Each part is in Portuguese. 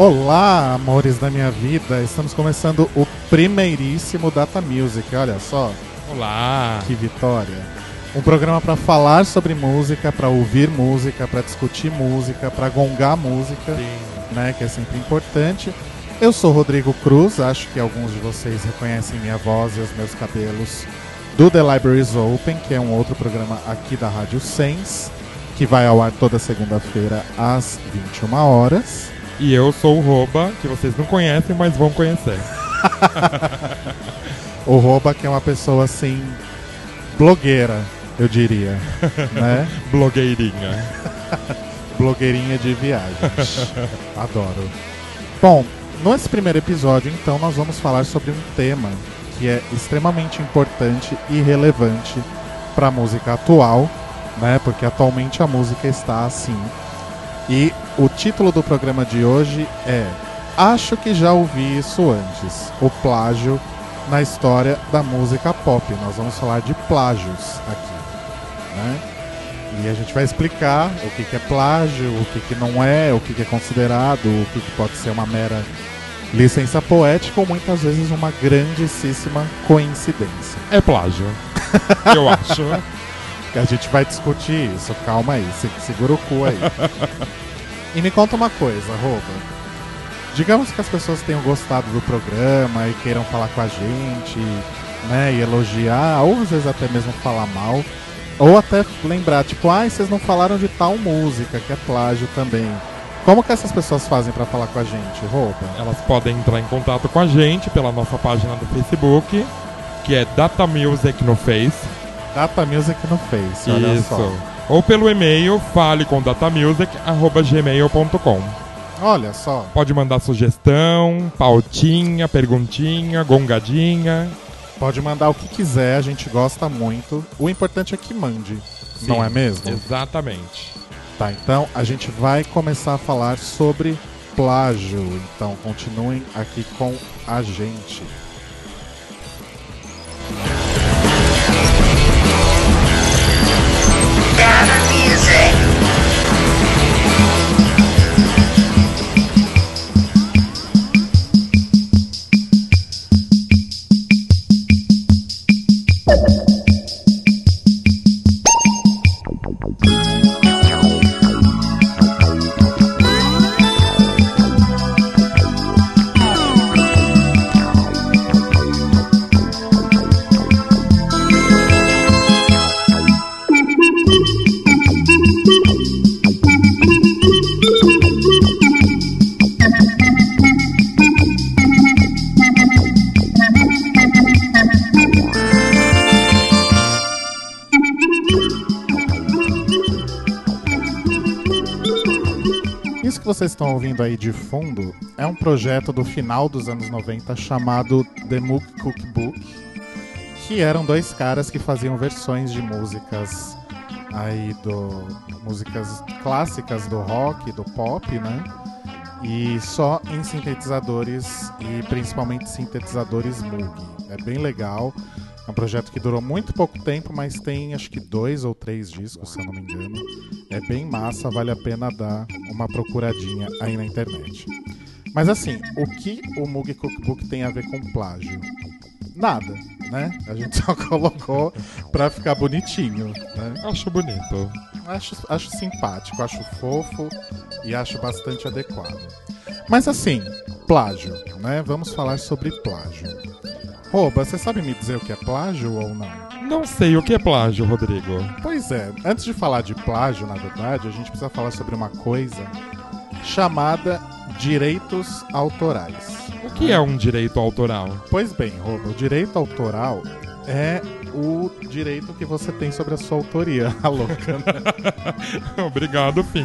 Olá, amores da minha vida. Estamos começando o primeiríssimo Data Music. Olha só. Olá. Que vitória. Um programa para falar sobre música, para ouvir música, para discutir música, para gongar música, né, que é sempre importante. Eu sou Rodrigo Cruz, acho que alguns de vocês reconhecem minha voz e os meus cabelos do The Libraries Open, que é um outro programa aqui da Rádio Sens, que vai ao ar toda segunda-feira às 21 horas. E eu sou o Roba, que vocês não conhecem, mas vão conhecer. O Roba, que é uma pessoa assim, blogueira, eu diria, né? Blogueirinha. Blogueirinha de viagens. Adoro. Bom, nesse primeiro episódio, então, nós vamos falar sobre um tema que é extremamente importante e relevante para a música atual, né? Porque atualmente a música está assim. E o título do programa de hoje é Acho que já ouvi isso antes, o plágio na história da música pop. Nós vamos falar de plágios aqui, né? E a gente vai explicar o que é plágio, o que não é, o que é considerado, o que pode ser uma mera licença poética ou muitas vezes uma grandíssima coincidência. É plágio, eu acho. Que a gente vai discutir isso, calma aí, segura o cu aí. E me conta uma coisa, Roba. Digamos que as pessoas tenham gostado do programa e queiram falar com a gente, né, e elogiar, ou às vezes até mesmo falar mal, ou até lembrar, tipo, vocês não falaram de tal música, que é plágio também. Como que essas pessoas fazem pra falar com a gente, Roba? Elas podem entrar em contato com a gente pela nossa página do Facebook, que é Data Music no Face. Data Music no Face, olha Isso. só. Ou pelo e-mail falecomdatamusic@gmail.com. Olha só. Pode mandar sugestão, pautinha, perguntinha, gongadinha. Pode mandar o que quiser, a gente gosta muito. O importante é que mande, Sim, não é mesmo? Exatamente. Tá, então a gente vai começar a falar sobre plágio. Então continuem aqui com a gente. Isso que vocês estão ouvindo aí de fundo é um projeto do final dos anos 90 chamado The Moog Cookbook, que eram dois caras que faziam versões de músicas aí músicas clássicas do rock, do pop, né? E só em sintetizadores e principalmente sintetizadores Moog. É bem legal. É um projeto que durou muito pouco tempo, mas tem acho que 2 ou 3 discos, se eu não me engano. É bem massa, vale a pena dar uma procuradinha aí na internet. Mas assim, o que o Moog Cookbook tem a ver com plágio? Nada, né? A gente só colocou pra ficar bonitinho, né? Acho bonito. Acho simpático, acho fofo e acho bastante adequado. Mas assim, plágio, né? Vamos falar sobre plágio. Roba, você sabe me dizer o que é plágio ou não? Não sei o que é plágio, Rodrigo. Pois é, antes de falar de plágio, na verdade, a gente precisa falar sobre uma coisa chamada direitos autorais. O que é um direito autoral? Pois bem, Roba, o direito autoral é o direito que você tem sobre a sua autoria, a louca, né? Obrigado, fim.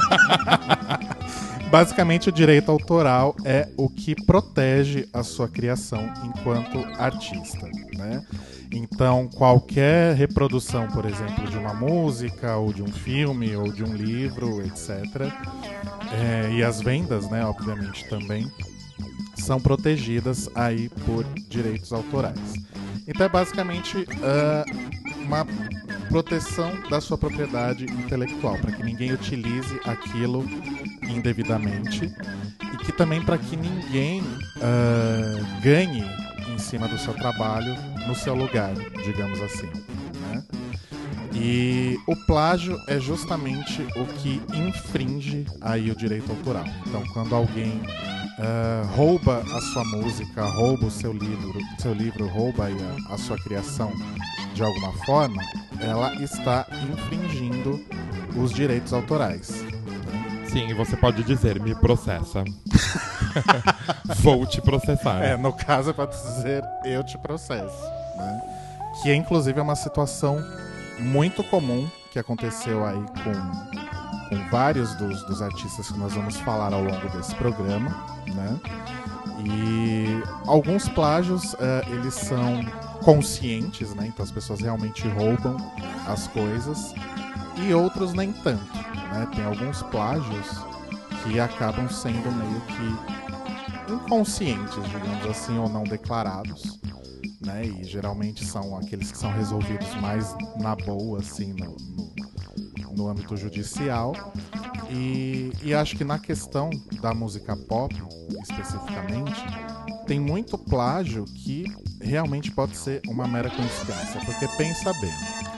Basicamente, o direito autoral é o que protege a sua criação enquanto artista, né? Então, qualquer reprodução, por exemplo, de uma música, ou de um filme, ou de um livro, etc. E as vendas, né, obviamente, também, são protegidas aí por direitos autorais. Então, é basicamente uma proteção da sua propriedade intelectual, para que ninguém utilize aquilo indevidamente e que também para que ninguém ganhe em cima do seu trabalho no seu lugar, digamos assim, né? E o plágio é justamente o que infringe aí o direito autoral. Então, quando alguém rouba a sua música, rouba o seu livro, rouba aí a sua criação de alguma forma, ela está infringindo os direitos autorais. Sim, você pode dizer, me processa. Vou te processar. No caso, pode dizer, eu te processo, né? Que inclusive é uma situação muito comum que aconteceu aí com vários dos artistas que nós vamos falar ao longo desse programa, né? E alguns plágios, eles são conscientes, né? Então as pessoas realmente roubam as coisas, e outros nem tanto, né? Tem alguns plágios que acabam sendo meio que inconscientes, digamos assim, ou não declarados, né? E geralmente são aqueles que são resolvidos mais na boa, assim, no âmbito judicial. E acho que na questão da música pop, especificamente, tem muito plágio que realmente pode ser uma mera coincidência, porque pensa bem,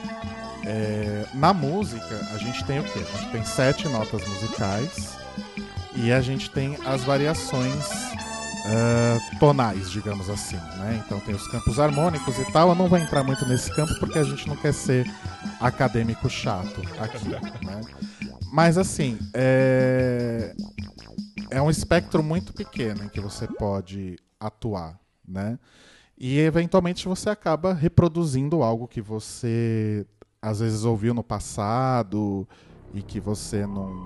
na música a gente tem o quê? A gente tem 7 notas musicais e a gente tem as variações tonais, digamos assim, né? Então tem os campos harmônicos e tal. Eu não vou entrar muito nesse campo porque a gente não quer ser acadêmico chato aqui, né? Mas assim, é um espectro muito pequeno em que você pode atuar, né? E eventualmente você acaba reproduzindo algo que você às vezes ouviu no passado e que você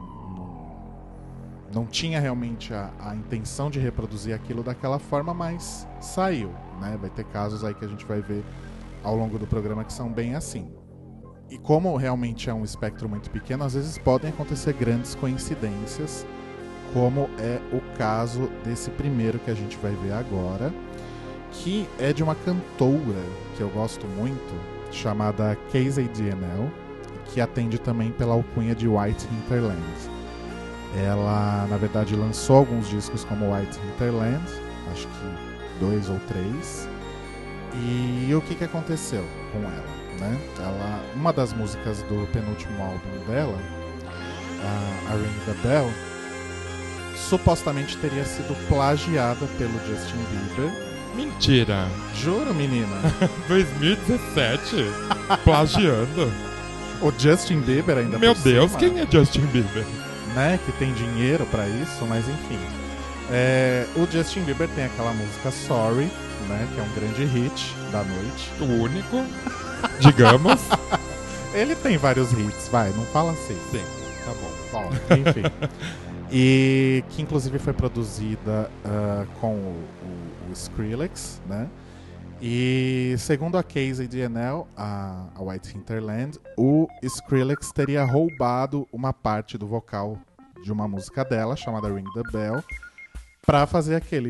não tinha realmente a intenção de reproduzir aquilo daquela forma, mas saiu, né? Vai ter casos aí que a gente vai ver ao longo do programa que são bem assim. E como realmente é um espectro muito pequeno, às vezes podem acontecer grandes coincidências, como é o caso desse primeiro que a gente vai ver agora, que é de uma cantora que eu gosto muito, chamada Casey DNL, que atende também pela alcunha de White Hinterland. Ela, na verdade, lançou alguns discos como White Hinterland, acho que 2 ou 3. E o que aconteceu com ela, né? Uma das músicas do penúltimo álbum dela, a Ring the Bell, supostamente teria sido plagiada pelo Justin Bieber. Mentira! Juro, menina. 2017? Plagiando? O Justin Bieber ainda Meu por Deus, cima, quem é Justin Bieber? né? Que tem dinheiro pra isso, mas enfim. O Justin Bieber tem aquela música Sorry, né? Que é um grande hit da noite. O único, digamos. Ele tem vários hits, vai, não fala assim. Sim, tá bom. Bom, enfim. E que inclusive foi produzida com o Skrillex, né? E segundo a Casey DNL, a White Hinterland, o Skrillex teria roubado uma parte do vocal de uma música dela, chamada Ring the Bell, pra fazer aquele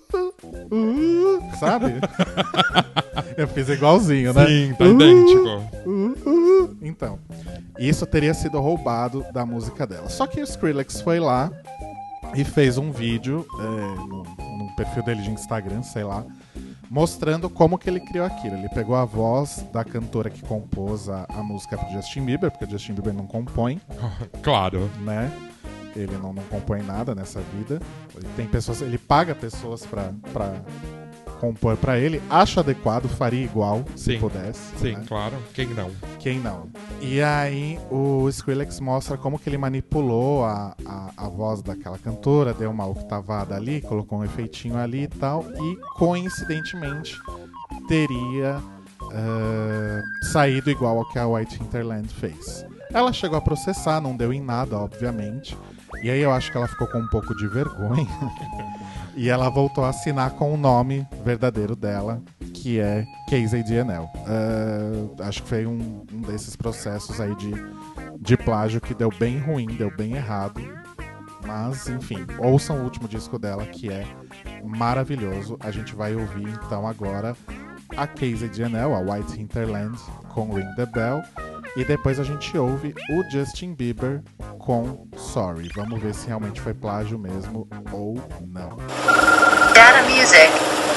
sabe? Eu fiz igualzinho, né? Sim, tá idêntico. Então, isso teria sido roubado da música dela. Só que o Skrillex foi lá e fez um vídeo no perfil dele de Instagram, sei lá, mostrando como que ele criou aquilo. Ele pegou a voz da cantora que compôs a música pro Justin Bieber, porque o Justin Bieber não compõe. Claro. Né? Ele não compõe nada nessa vida. Ele paga pessoas pra compor pra ele. Acho adequado, faria igual, se pudesse. Sim, né? claro. Quem não? Quem não? E aí o Skrillex mostra como que ele manipulou a voz daquela cantora, deu uma octavada ali, colocou um efeitinho ali e tal, e coincidentemente teria saído igual ao que a White Hinterland fez. Ela chegou a processar, não deu em nada, obviamente. E aí eu acho que ela ficou com um pouco de vergonha. E ela voltou a assinar com o nome verdadeiro dela, que é Casey DNL. Acho que foi um desses processos aí de plágio que deu bem ruim, deu bem errado. Mas, enfim, ouçam o último disco dela, que é maravilhoso. A gente vai ouvir, então, agora a Casey DNL, a White Hinterland, com Ring the Bell. E depois a gente ouve o Justin Bieber com Sorry. Vamos ver se realmente foi plágio mesmo ou não. Data Music.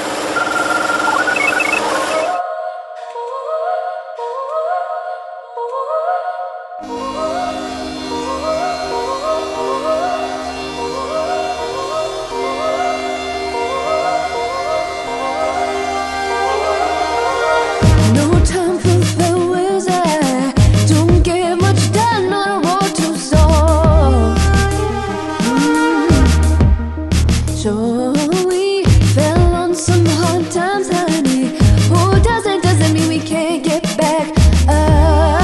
So we fell on some hard times, honey. Who doesn't mean we can't get back up.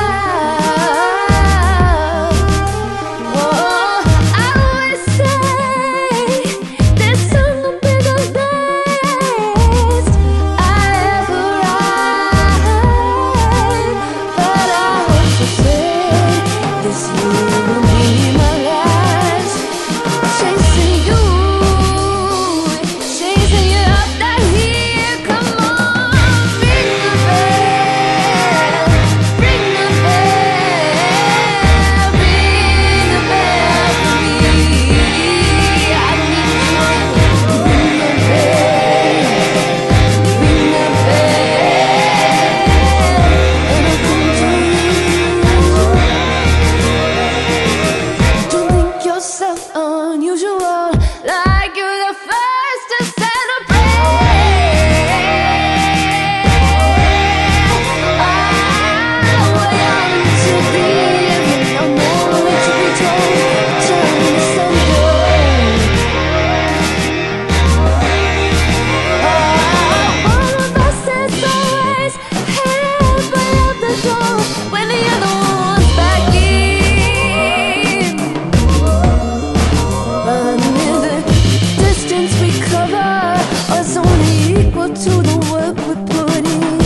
Oh, I always say there's something bigger than I ever ride. But I also say this year will be my last. Chasing you. Unusual, like you're the first to celebrate. I want to be living, I'm only to be told, turn to Sunday. One of us is always held by out the door when the other one's back in. But the distance we cover is only equal to the work we put in.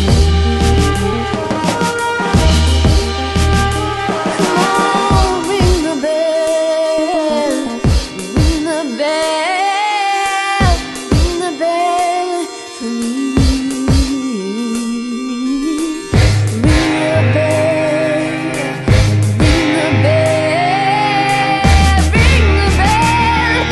Come on, ring the bell, ring the bell, ring the bell for me. Ring the bell, ring the bell, ring the bell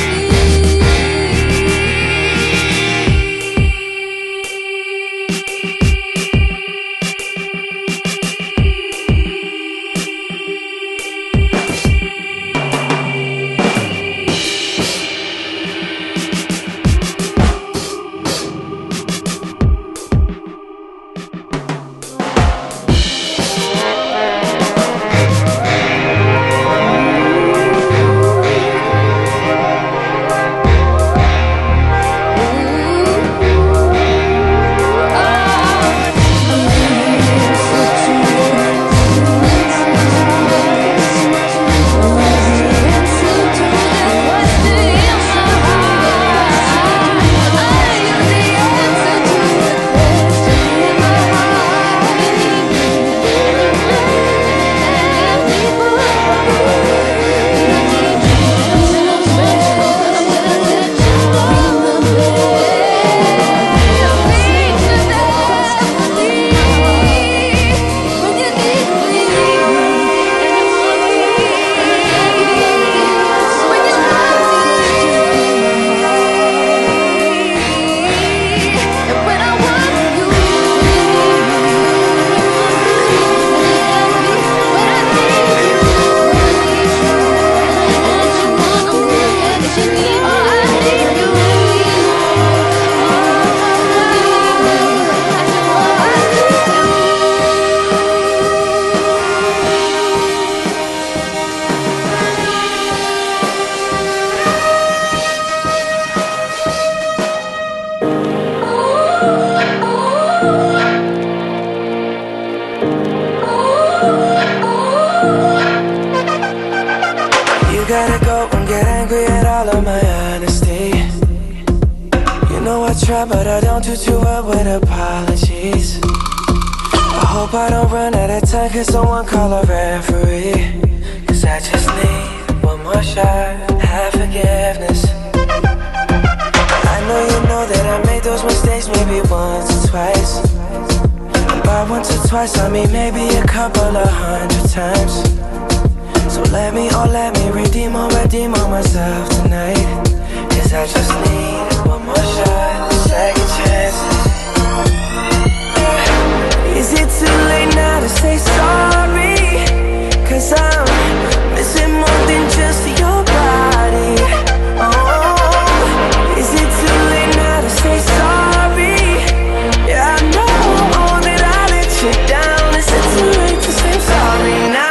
You gotta go and get angry at all of my honesty. You know I try, but I don't do too well with apologies. I hope I don't run out of time, cause someone call a referee. Cause I just need one more shot, have forgiveness. I know you know that I made those mistakes maybe once or twice. By once or twice, I mean maybe a couple of 100 times. So let me redeem on myself tonight. 'Cause I just need one more shot, second chances. Is it too late now to say sorry? 'Cause I'm missing more than just your body. Oh, is it too late now to say sorry? Yeah, I know that I let you down. Is it too late to say sorry now?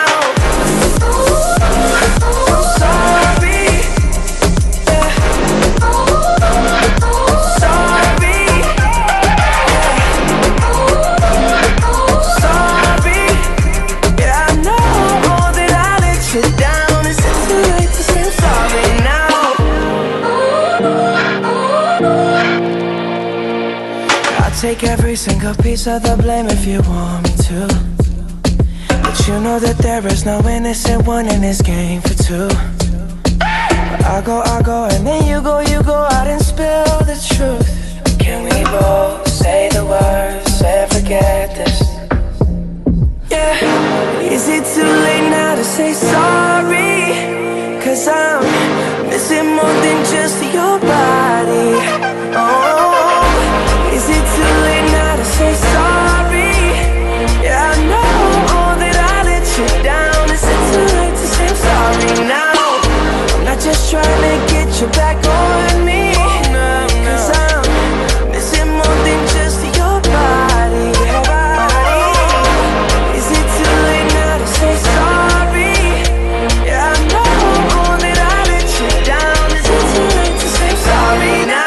Take every single piece of the blame if you want me to. But you know that there is no innocent one in this game for two. But I go, and then you go out and spill the truth. Can we both say the words and forget this? Yeah, is it too late now to say sorry? 'Cause I'm missing more than just your body. Oh, is it too late now to say sorry? Yeah, I know that I let you down. Is it too late to say I'm sorry now? I'm not just trying to get you back on me. 'Cause I'm missing more than just your body. Is it too late now to say sorry? Yeah, I know that I let you down. Is it too late to say I'm sorry now?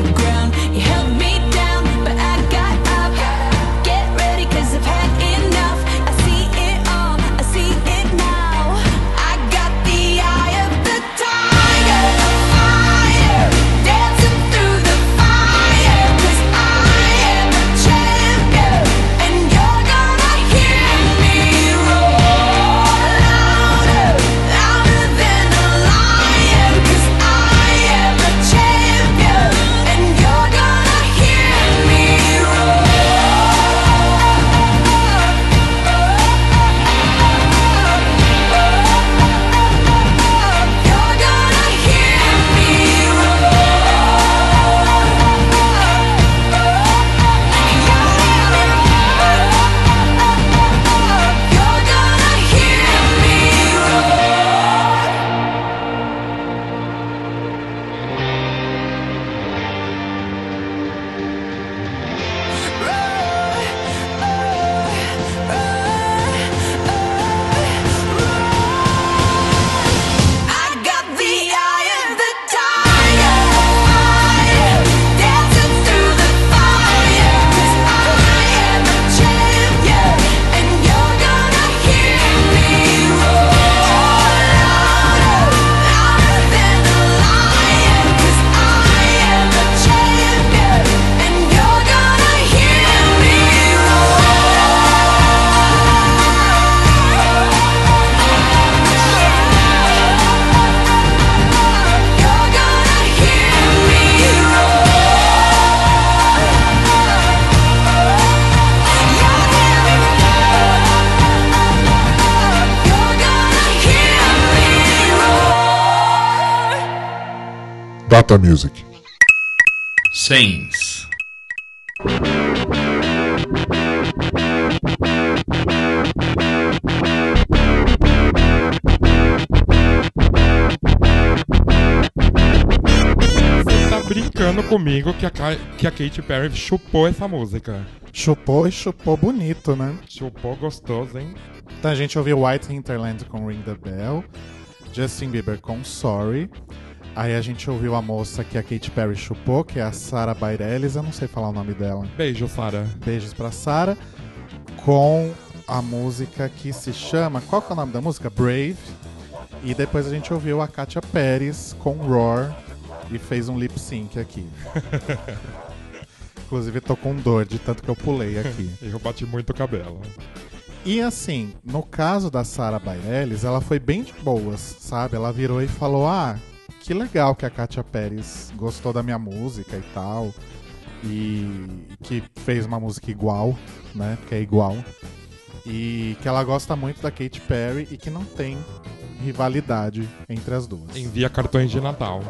the ground. You held me down, but I got up. Get ready, 'cause I've had enough. I see it all, I see it now. I got the eye of the tiger, fire, dancing through the fire. 'Cause I am a champion, and you're gonna hear me roar louder, louder than a lion. 'Cause I am a champion, and you're gonna hear me roar. You're gonna hear me You're gonna hear me I got the eye of the tiger, fire, dancing through the fire. 'Cause I am a champion, and you're gonna hear me roar louder, louder than a lion. 'Cause I am a champion, and you're gonna hear me You're gonna hear me You're gonna hear me Data Music. Saints. Você tá brincando comigo que a Katy Perry chupou essa música. Chupou e chupou bonito, né? Chupou gostoso, hein? Então a gente ouviu White Hinterland com Ring the Bell, Justin Bieber com Sorry. Aí a gente ouviu a moça que a Katy Perry chupou, que é a Sarah Bareilles, eu não sei falar o nome dela. Beijo, Sarah. Beijos pra Sarah. Com a música que se chama... Qual que é o nome da música? Brave. E depois a gente ouviu a Katia Pérez com Roar e fez um lip sync aqui. Inclusive tô com dor de tanto que eu pulei aqui. Eu bati muito o cabelo. E assim, no caso da Sarah Bareilles, ela foi bem de boas, sabe? Ela virou e falou, que legal que a Katia Pérez gostou da minha música e tal. E que fez uma música igual, né? Que é igual. E que ela gosta muito da Katy Perry e que não tem rivalidade entre as duas. Envia cartões de Natal.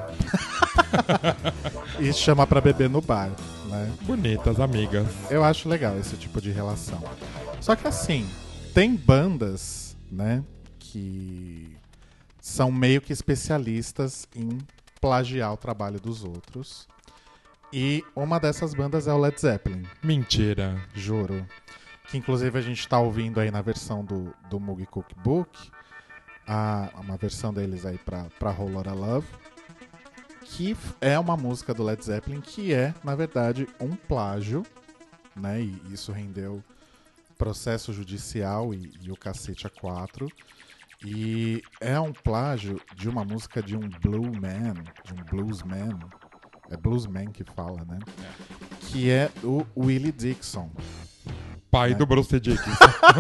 E chama pra beber no bar, né? Bonitas amigas. Eu acho legal esse tipo de relação. Só que assim, tem bandas, né, que são meio que especialistas em plagiar o trabalho dos outros. E uma dessas bandas é o Led Zeppelin. Mentira. Juro. Que inclusive a gente tá ouvindo aí na versão do Moogie Cookbook. Uma versão deles aí pra Whole Lotta Love. Que é uma música do Led Zeppelin que é, na verdade, um plágio, né? E isso rendeu processo judicial e o cacete a 4. E é um plágio de uma música de um bluesman. É bluesman que fala, né? Que é o Willie Dixon. Pai do Bruce Dickinson.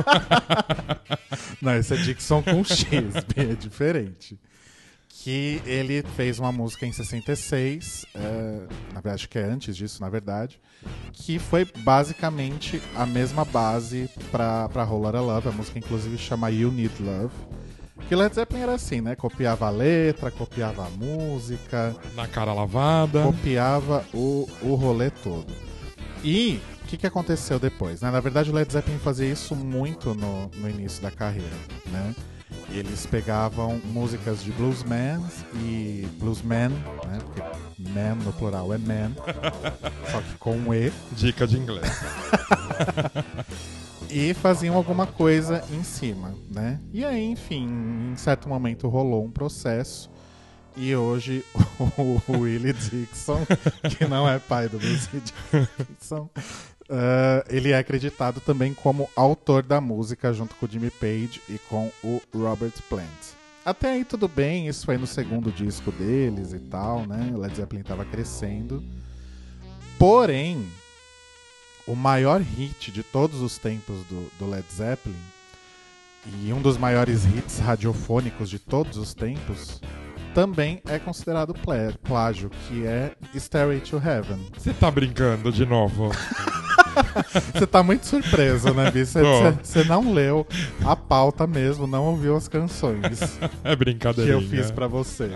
Não, esse é Dixon com X, é diferente. Que ele fez uma música em 66, na verdade, acho que é antes disso, na verdade, que foi basicamente a mesma base pra Whole Lotta Love. A música, inclusive, chama You Need Love. Que Led Zeppelin era assim, né? Copiava a letra, copiava a música. Na cara lavada. Copiava o rolê todo. E o que aconteceu depois, né? Na verdade, o Led Zeppelin fazia isso muito no início da carreira, né? Eles pegavam músicas de bluesmen, né? Porque man no plural é man, só que com um E. Dica de inglês. E faziam alguma coisa em cima, né? E aí, enfim, em certo momento rolou um processo E hoje o Willie Dixon, que não é pai do Bruce Dixon, ele é acreditado também como autor da música junto com o Jimmy Page e com o Robert Plant. Até aí tudo bem, isso foi no segundo disco deles e tal, né? O Led Zeppelin estava crescendo. Porém, o maior hit de todos os tempos do Led Zeppelin e um dos maiores hits radiofônicos de todos os tempos também é considerado plágio, que é Stairway to Heaven. Você tá brincando de novo? Você tá muito surpreso, né, Vi? Você não leu a pauta mesmo, não ouviu as canções É que brincadeirinha. eu fiz pra você.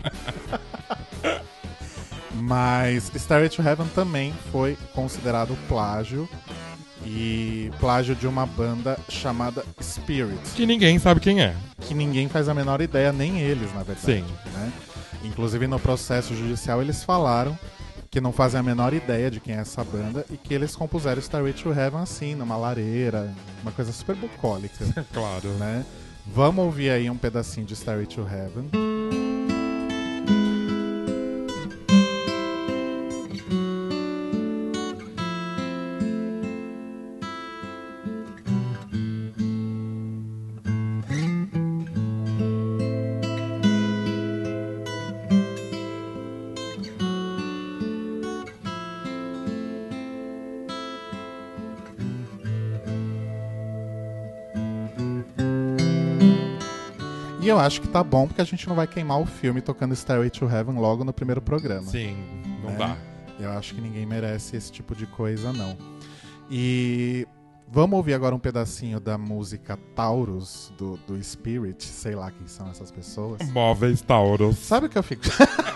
Mas Stairway to Heaven também foi considerado plágio, e plágio de uma banda chamada Spirit, Que ninguém sabe quem é. que ninguém faz a menor ideia, nem eles, na verdade. Sim. Né? Inclusive no processo judicial eles falaram que não fazem a menor ideia de quem é essa banda e que eles compuseram Stairway to Heaven assim, numa lareira, uma coisa super bucólica. Claro. Né? Vamos ouvir aí um pedacinho de Stairway to Heaven. E eu acho que tá bom, porque a gente não vai queimar o filme tocando Stairway to Heaven logo no primeiro programa. Sim, não né? dá. Eu acho que ninguém merece esse tipo de coisa, não. E vamos ouvir agora um pedacinho da música Taurus, do Spirit, sei lá quem são essas pessoas. Móveis Taurus. Sabe o que eu fico...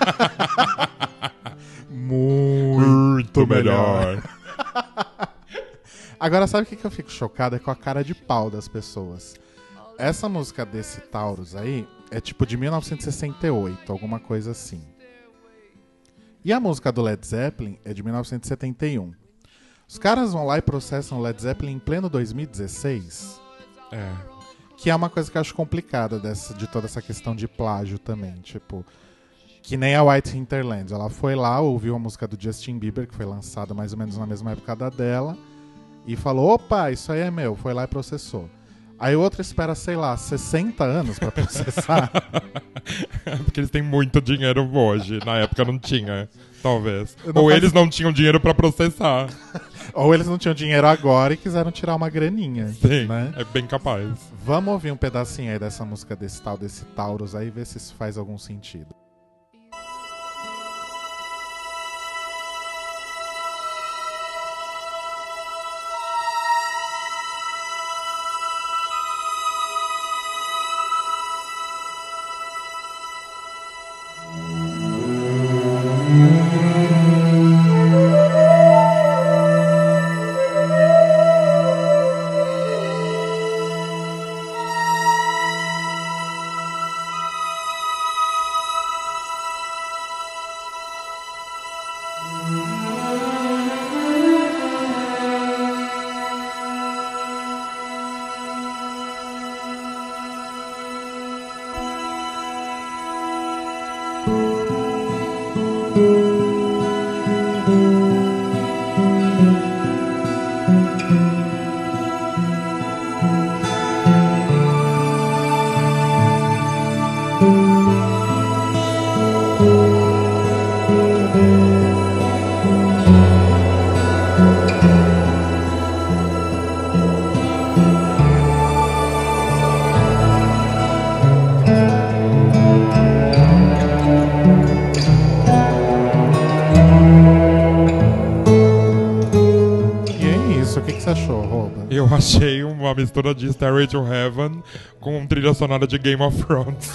Muito melhor. Agora, sabe o que eu fico chocado? É com a cara de pau das pessoas. Essa música desse Taurus aí é tipo de 1968, alguma coisa assim. E a música do Led Zeppelin é de 1971. Os caras vão lá e processam o Led Zeppelin em pleno 2016. É. Que é uma coisa que eu acho complicada de toda essa questão de plágio também. Tipo, que nem a White Hinterland. Ela foi lá, ouviu a música do Justin Bieber, que foi lançada mais ou menos na mesma época da dela, e falou, opa, isso aí é meu. Foi lá e processou. Aí o outro espera, sei lá, 60 anos pra processar. Porque eles têm muito dinheiro hoje. Na época não tinha, talvez. Não Ou faz- eles não tinham dinheiro pra processar. Ou eles não tinham dinheiro agora e quiseram tirar uma graninha. Sim, Né? é bem capaz. Vamos ouvir um pedacinho aí dessa música desse Taurus aí e ver se isso faz algum sentido. E é isso, o que você achou, Rouba? Eu achei uma mistura de Stairway to Heaven com trilha sonora de Game of Thrones.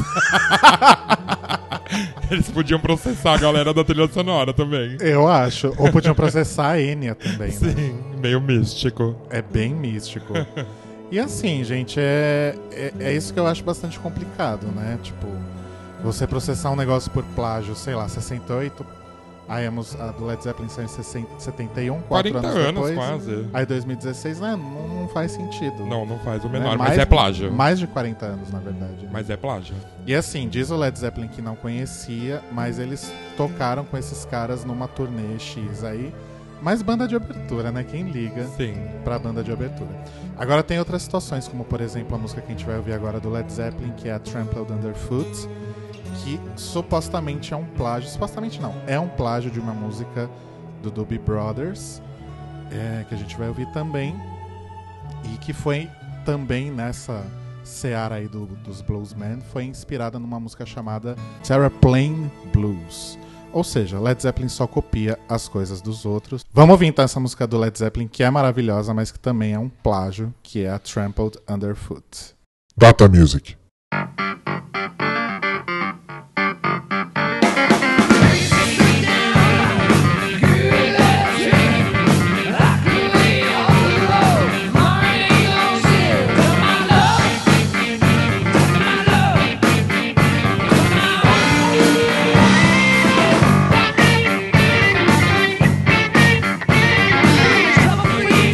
Eles podiam processar a galera da trilha sonora também. Eu acho. Ou podiam processar a Enya também, né? Sim, meio místico. É bem místico. E assim, gente, é isso que eu acho bastante complicado, né? Tipo, você processar um negócio por plágio, sei lá, 68 Aí a do Led Zeppelin saiu em 71, 40 4 anos anos depois. quase. Aí 2016, né? Não faz sentido. Não faz o Né? menor, mas é plágio. Mais de 40 anos, na verdade. Mas é plágio. E assim, diz o Led Zeppelin que não conhecia, mas eles tocaram com esses caras numa turnê X aí. Mais banda de abertura, né? Quem liga Sim. pra banda de abertura. Agora tem outras situações, como por exemplo a música que a gente vai ouvir agora do Led Zeppelin, que é a Trampled Underfoot, que supostamente é um plágio. Supostamente não, é um plágio de uma música do Doobie Brothers, que a gente vai ouvir também, e que foi também nessa seara aí dos bluesmen, foi inspirada numa música chamada Terraplane Blues. Ou seja, Led Zeppelin só copia as coisas dos outros. Vamos ouvir então essa música do Led Zeppelin, que é maravilhosa, mas que também é um plágio, que é a Trampled Underfoot. Data Music.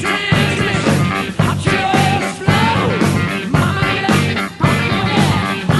Mama,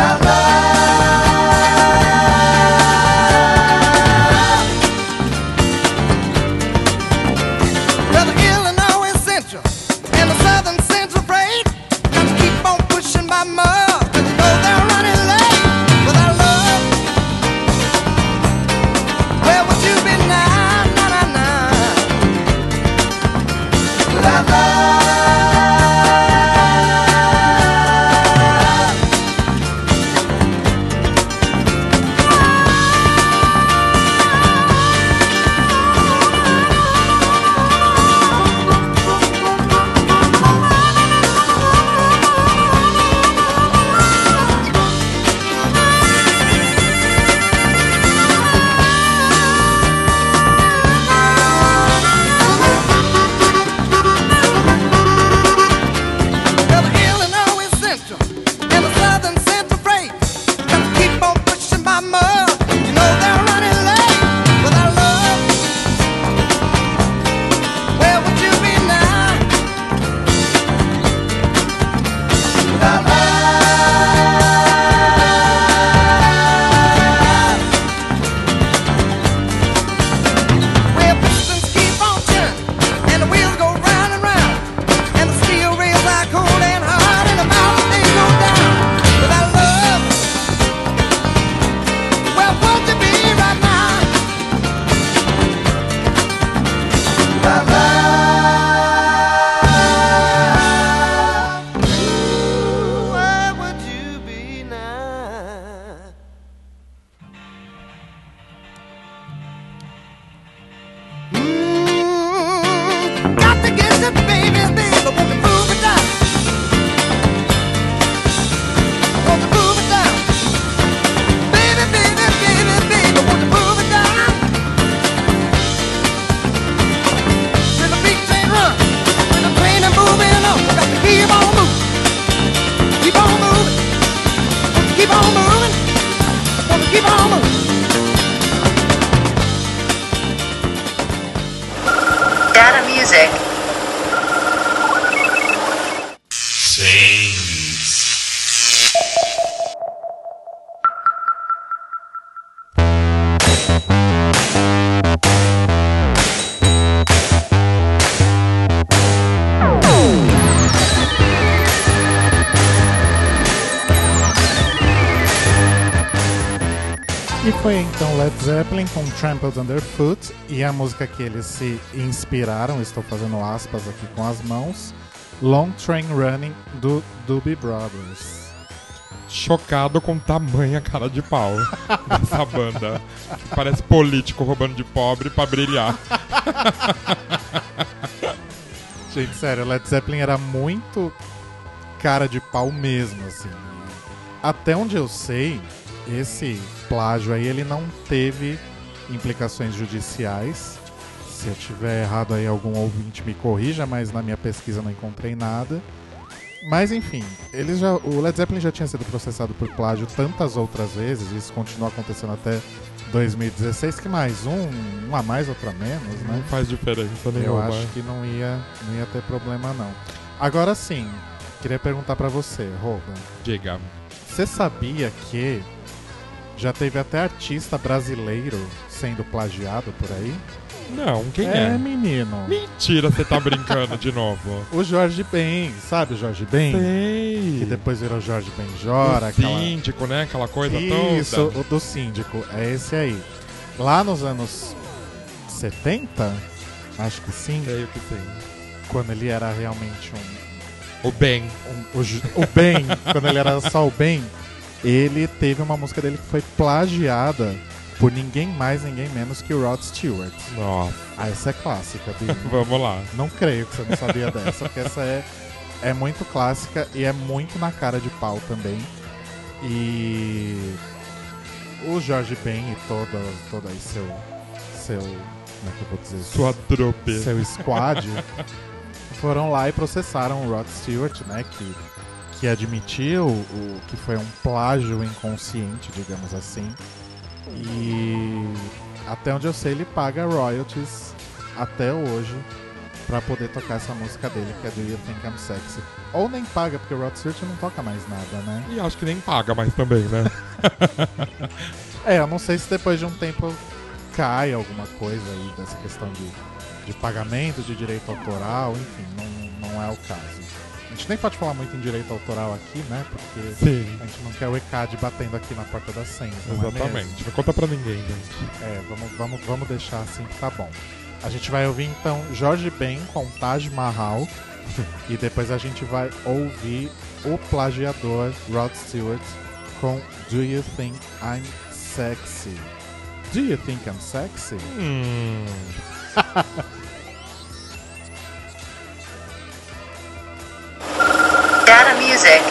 music. E foi então Led Zeppelin com Trampled Underfoot, e a música que eles se inspiraram, estou fazendo aspas aqui com as mãos, Long Train Running, do Doobie Brothers. Chocado com tamanha cara de pau dessa banda. Parece político roubando de pobre pra brilhar. Gente, sério, Led Zeppelin era muito cara de pau mesmo, assim. Até onde eu sei, esse plágio aí, ele não teve implicações judiciais. Se eu tiver errado aí, algum ouvinte me corrija, mas na minha pesquisa não encontrei nada. Mas enfim, o Led Zeppelin já tinha sido processado por plágio tantas outras vezes, isso continua acontecendo até 2016, que mais um a mais, outro a menos, né? Não faz diferença nenhuma. Eu acho que não ia ter problema, não. Agora sim, queria perguntar pra você, Rouba. Diga. Você sabia que já teve até artista brasileiro sendo plagiado por aí? Não, quem é? Menino. Mentira, você tá brincando de novo. O Jorge Ben, sabe o Jorge Ben? Sei. Que depois virou Jorge Benjora. O síndico, né? Aquela coisa toda. Isso, o do síndico, é esse aí. Lá nos anos 70, acho que sim. Sei o que tem. Quando ele era realmente O Ben. o Ben, quando ele era só o Ben, ele teve uma música dele que foi plagiada por ninguém mais, ninguém menos que o Rod Stewart. Nossa. Ah, essa é clássica, Bibi. Vamos lá. Não creio que você não sabia dessa, porque essa é muito clássica e é muito na cara de pau também. E o Jorge Ben e todo aí seu como é que eu vou dizer? Sua trupe. Seu squad foram lá e processaram o Rod Stewart, né, que admitiu que foi um plágio inconsciente, digamos assim. E até onde eu sei, ele paga royalties até hoje pra poder tocar essa música dele, que é Do You Think I'm Sexy. Ou nem paga, porque o Rod Stewart não toca mais nada, né? E acho que nem paga mais também, né? Eu não sei se depois de um tempo cai alguma coisa aí dessa questão de pagamento, de direito autoral, enfim, não é o caso. A gente nem pode falar muito em direito autoral aqui, né? Porque Sim. a gente não quer o ECAD batendo aqui na porta da senha. Exatamente. Não conta pra ninguém, gente. Vamos deixar assim que tá bom. A gente vai ouvir então Jorge Ben com Taj Mahal e depois a gente vai ouvir o plagiador Rod Stewart com Do You Think I'm Sexy? Do you think I'm sexy? Data Music.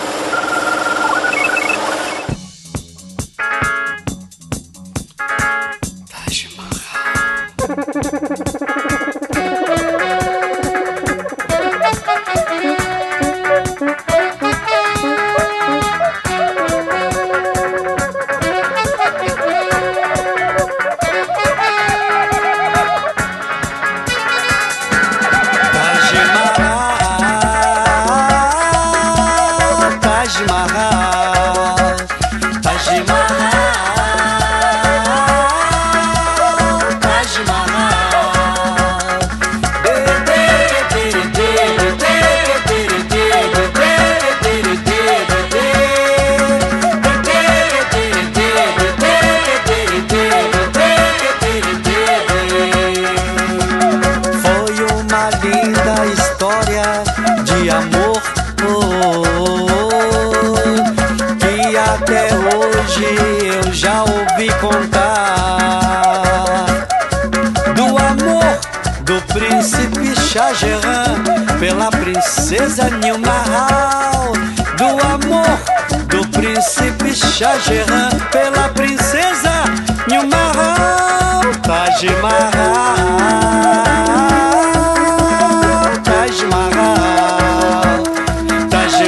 Pela princesa Nilmahal, do amor do príncipe Shah Jahan, pela princesa Nilmahal, Taj Mahal, Taj Mahal, Taj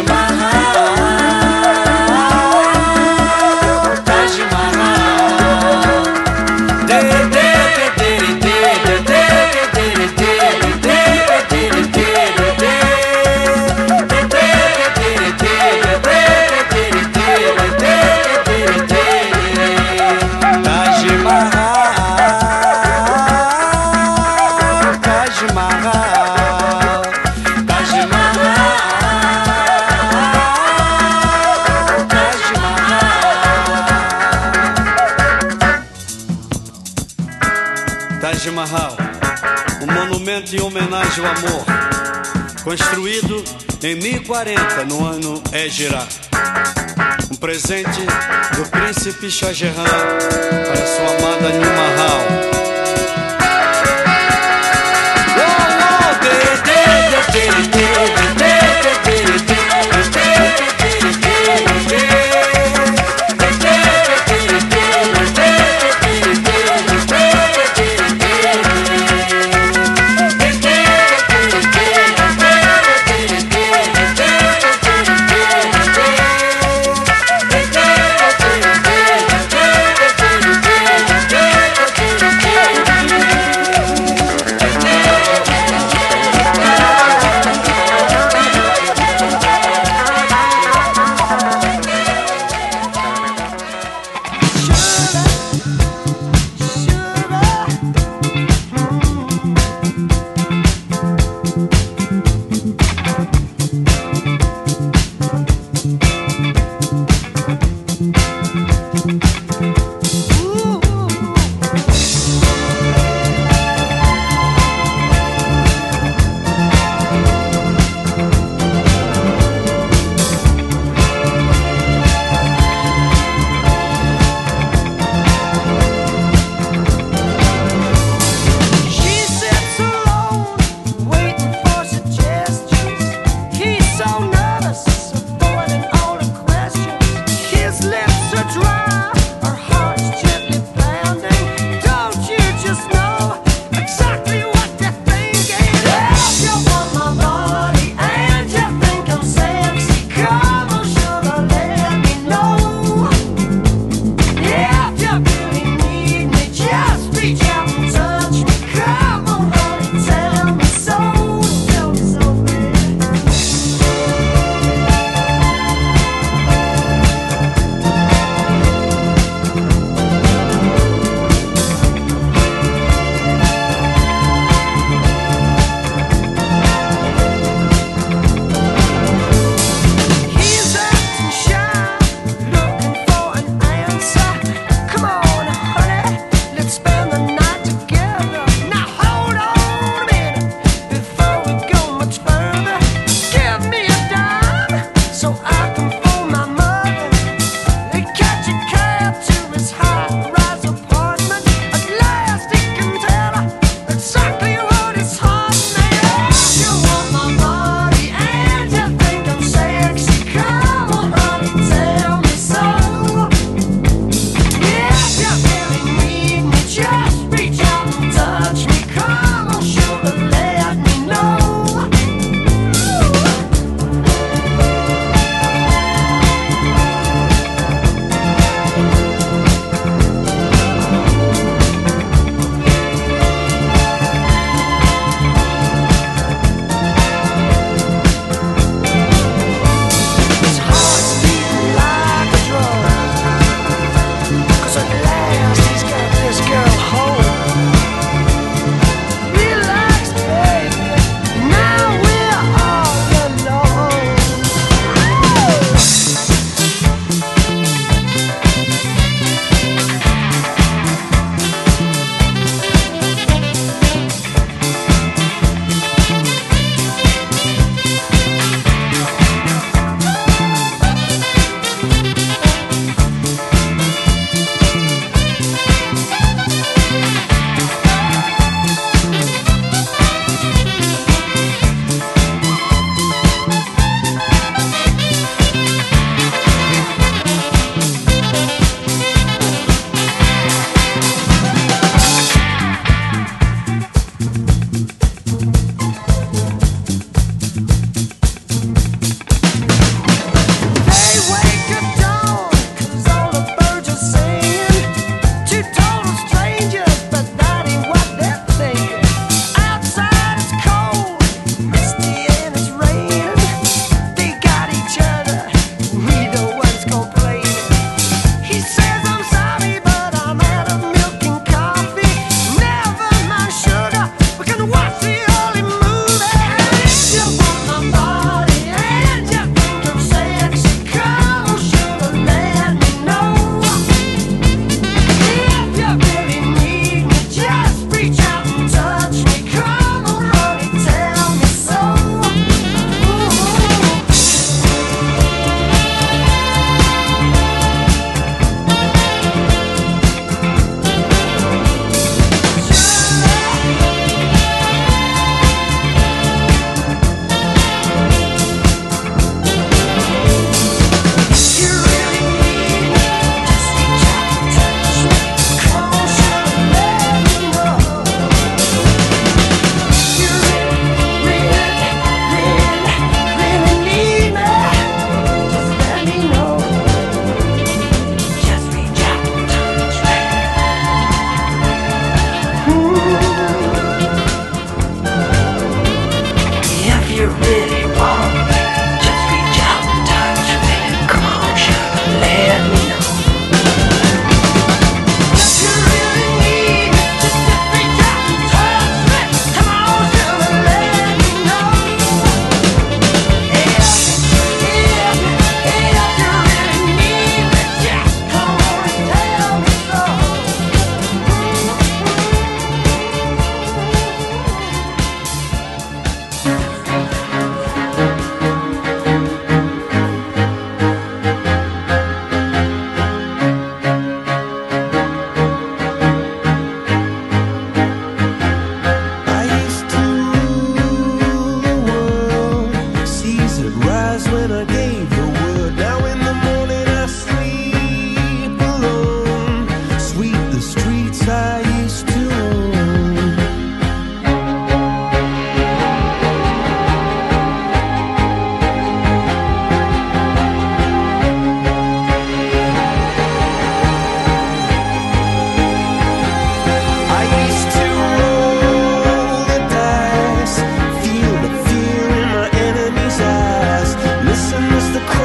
Mahal, Taj Mahal, Taj Mahal, um monumento em homenagem ao amor, construído em 1040 no ano Égira. Um presente do príncipe Shah Jahan para sua amada Nilmahal. eyes when I gave the word. Now in the morning I sleep alone. Sweep the streets I used to own. I used to roll the dice, feel the fear in my enemy's eyes. Listen as the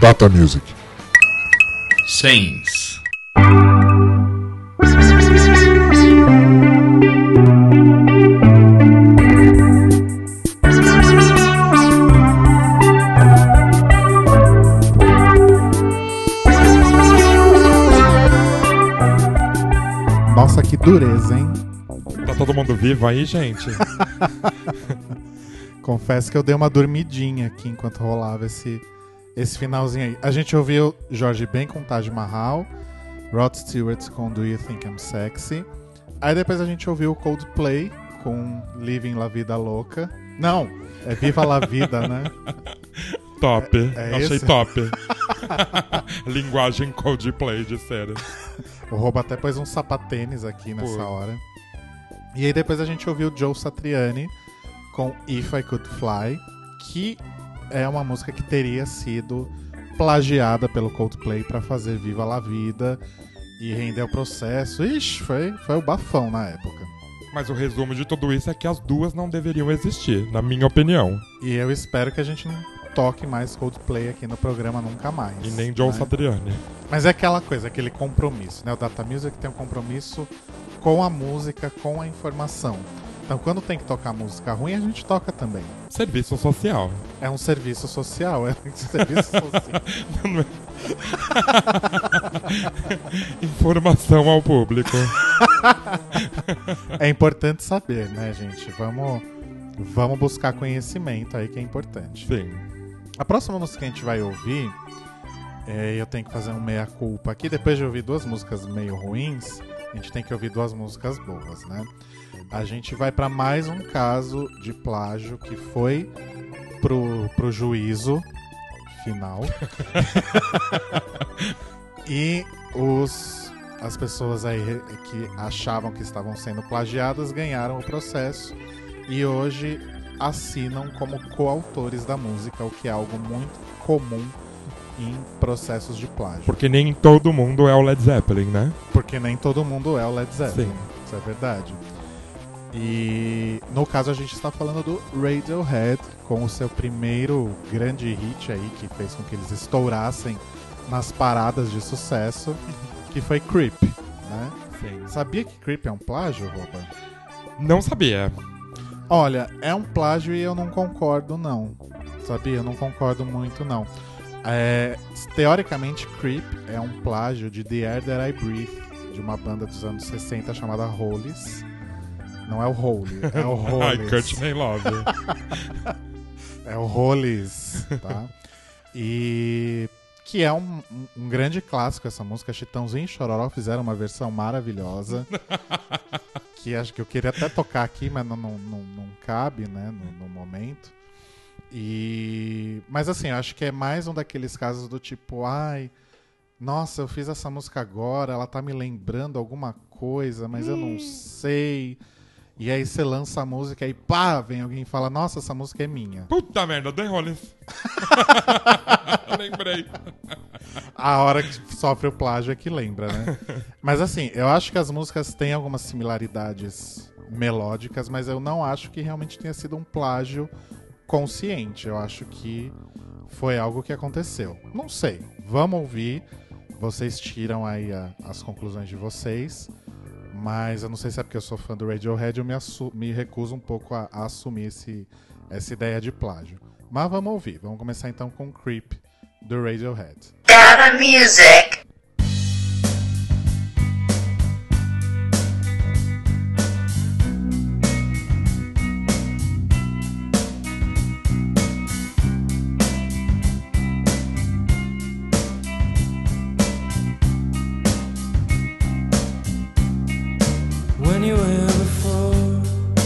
Data Music. Scenes. Nossa, que dureza, hein? Tá todo mundo vivo aí, gente? Confesso que eu dei uma dormidinha aqui enquanto rolava esse finalzinho aí. A gente ouviu Jorge Ben com Taj Mahal, Rod Stewart com Do You Think I'm Sexy. Aí depois a gente ouviu Coldplay com Living La Vida Louca. Não, é Viva La Vida, né? Top. Achei esse? top. Linguagem Coldplay de sério. O Rouba até pôs um sapatênis aqui nessa Pô. hora. E aí depois a gente ouviu Joe Satriani com If I Could Fly, que é uma música que teria sido plagiada pelo Coldplay pra fazer Viva La Vida e render o processo. Ixi, foi o bafão na época. Mas o resumo de tudo isso é que as duas não deveriam existir, na minha opinião. E eu espero que a gente não toque mais Coldplay aqui no programa nunca mais. E nem Joe né? Satriani. Mas é aquela coisa, aquele compromisso, né? O Data Music tem um compromisso com a música, com a informação. Então quando tem que tocar música ruim, a gente toca também. Serviço social. É um serviço social, é um serviço social. Não é- Informação ao público. É importante saber, né, gente? Vamos buscar conhecimento aí, que é importante. Sim. A próxima música que a gente vai ouvir, eu tenho que fazer um meia-culpa aqui. Depois de ouvir duas músicas meio ruins, a gente tem que ouvir duas músicas boas, né? A gente vai para mais um caso de plágio que foi pro juízo final. E as pessoas aí que achavam que estavam sendo plagiadas ganharam o processo e hoje assinam como coautores da música, o que é algo muito comum em processos de plágio. Porque nem todo mundo é o Led Zeppelin, né? Porque nem todo mundo é o Led Zeppelin. Sim. Isso é verdade. E no caso a gente está falando do Radiohead com o seu primeiro grande hit aí, que fez com que eles estourassem nas paradas de sucesso, que foi Creep, né? Sim. Sabia que Creep é um plágio, Rouba? Não sabia. Olha, é um plágio e eu não concordo, não. Sabia? Eu não concordo muito, não. Teoricamente, Creep é um plágio de The Air That I Breathe, de uma banda dos anos 60 chamada Hollies. Não é o Holy, é o Ai, Hollies. Courtney Love. É o Hollies, tá? E que é um grande clássico essa música. Chitãozinho e Chororó fizeram uma versão maravilhosa. Que acho que eu queria até tocar aqui, mas não cabe, né, no momento. Mas assim, eu acho que é mais um daqueles casos do tipo, ai, nossa, eu fiz essa música agora, ela tá me lembrando alguma coisa, mas eu não sei. E aí você lança a música e pá, vem alguém e fala, nossa, essa música é minha. Puta merda, The Hollies. Lembrei. A hora que sofre o plágio é que lembra, né? Mas assim, eu acho que as músicas têm algumas similaridades melódicas, mas eu não acho que realmente tenha sido um plágio consciente. Eu acho que foi algo que aconteceu. Não sei. Vamos ouvir. Vocês tiram aí as conclusões de vocês. Mas eu não sei se é porque eu sou fã do Radiohead, eu me recuso um pouco a assumir essa ideia de plágio. Mas vamos ouvir. Vamos começar então com Creep, do Radiohead. Data Music. When you were here before,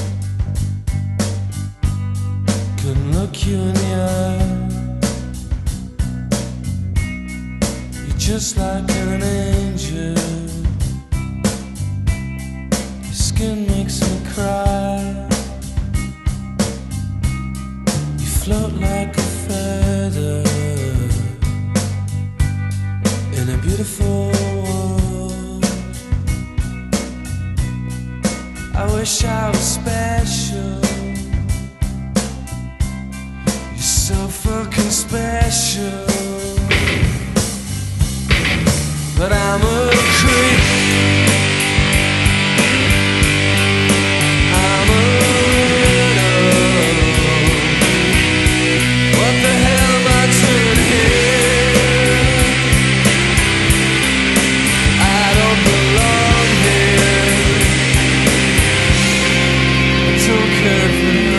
couldn't look you in the eye. You're just like an angel. Your skin makes me cry. You float like a feather in a beautiful world. I wish I was special. You're so fucking special. but I'm a creep. I'm a widow. What the hell am I doing here? I don't belong here. I don't care if it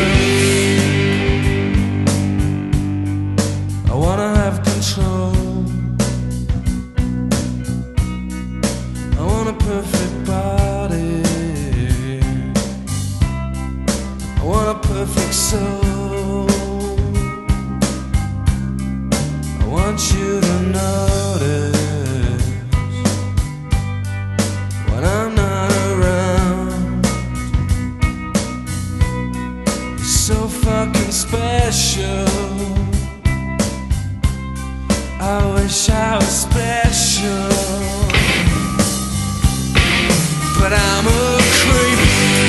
hurts. I wanna have control. I want a perfect body. I want a perfect soul. I want you to notice when I'm not around. You're so fucking special. I wish I was special, but I'm a creep.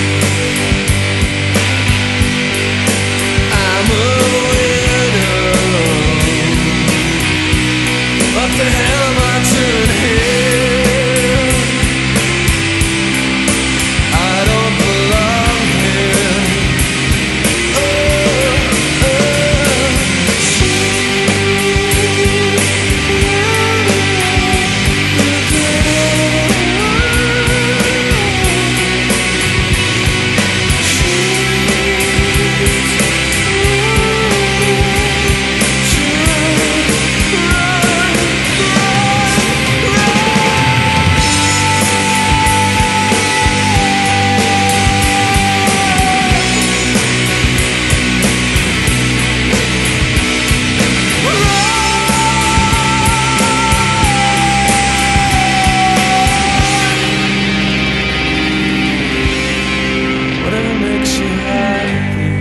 I'm a widow. What the hell am I doing here? I don't belong here. Whatever makes you happy,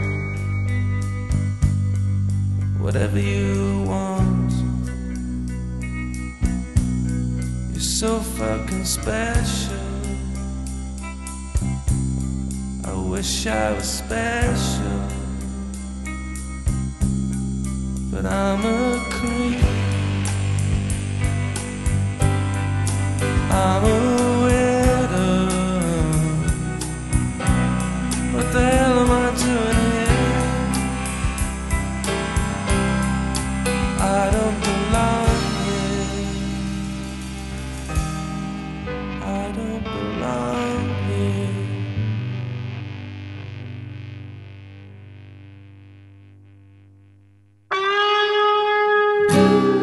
whatever you want. You're so fucking special. I wish I was special, but I'm a creep. I'm a widow. What the hell am I doing here? I don't belong here. I don't belong here.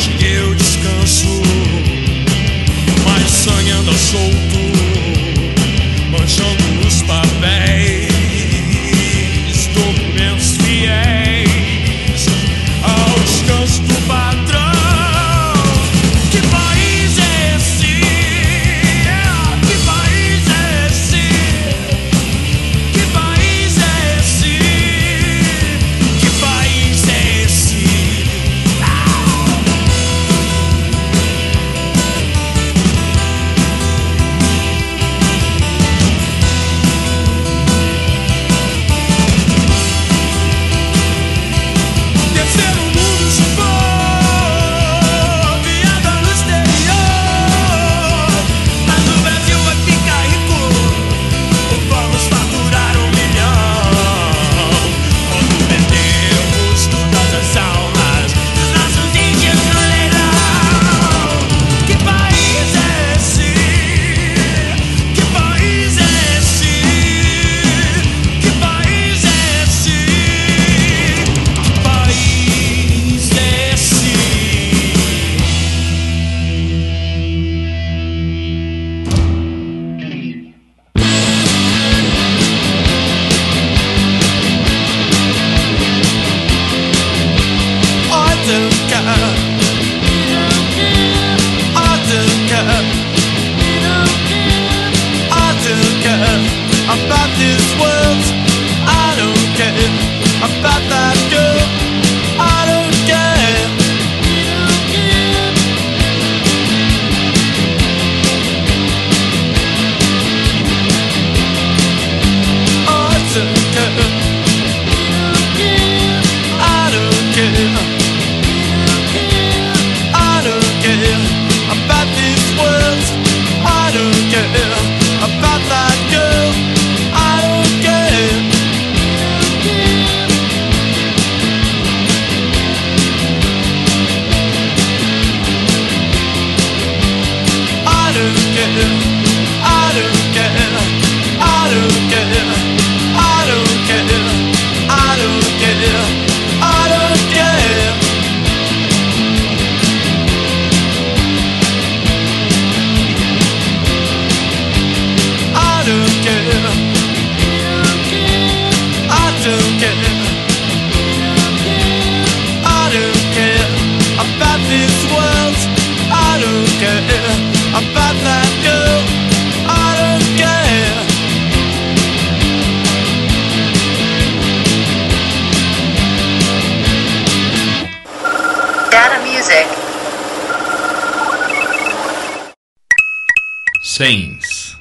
hoje eu descanso, mas o sangue anda solto, manchando os papéis, documentos fiéis ao descanso do patrão. Que país é esse? Que país é esse? Que país é esse? Que país é esse? Terceiro mundo chupou, piada no exterior, mas o Brasil vai ficar rico, vamos faturar 1 milhão, quando vendemos todas as almas dos nossos índios no leilão. Que país é esse? Que país é esse? Que país é esse? Que país é esse? I don't care. I don't care. I don't care about this world. I don't care about that girl. I don't care. I don't care. I don't care. I don't care about this world. I don't care about that girl. I don't care. I don't care. I don't care. I don't care. I don't care. I don't care. I don't care. I don't care. I don't care. I don't care about this world. I don't care about that girl. I don't care. Data music. Saints.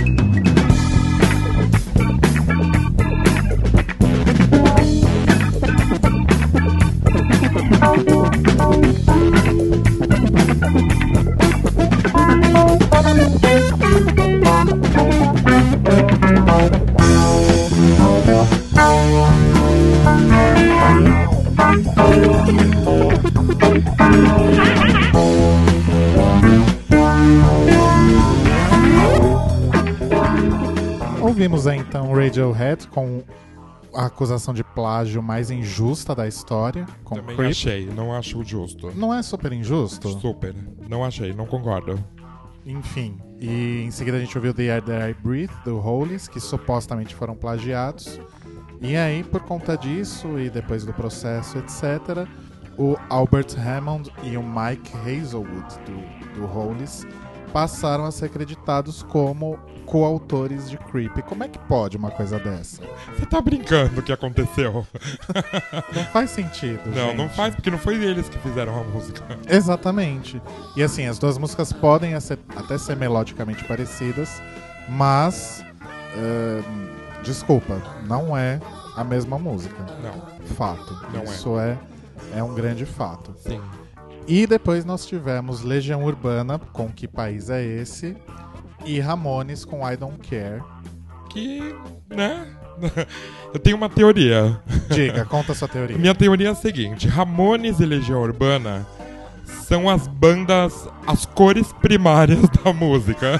Ouvimos aí, então Radiohead com a acusação de plágio mais injusta da história, com Também Creep. achei, não acho justo. Não é super injusto? Super, não achei, não concordo. Enfim, e em seguida a gente ouviu The Air That I Breathe, do Hollies, que supostamente foram plagiados. E aí, por conta disso, e depois do processo, etc., o Albert Hammond e o Mike Hazelwood, do Hollies, passaram a ser acreditados como coautores de Creep. Como é que pode uma coisa dessa? Você tá brincando o que aconteceu? Não faz sentido, Não, gente. não faz, porque não foi eles que fizeram a música. Exatamente. E assim, as duas músicas podem até ser melodicamente parecidas, mas desculpa, não é a mesma música. Não. Fato. Não Isso é um grande fato. Sim. E depois nós tivemos Legião Urbana com Que País é Esse? E Ramones com I Don't Care. Que, né? Eu tenho uma teoria. Diga, conta a sua teoria. Minha teoria é a seguinte: Ramones e Legião Urbana são as bandas, as cores primárias da música.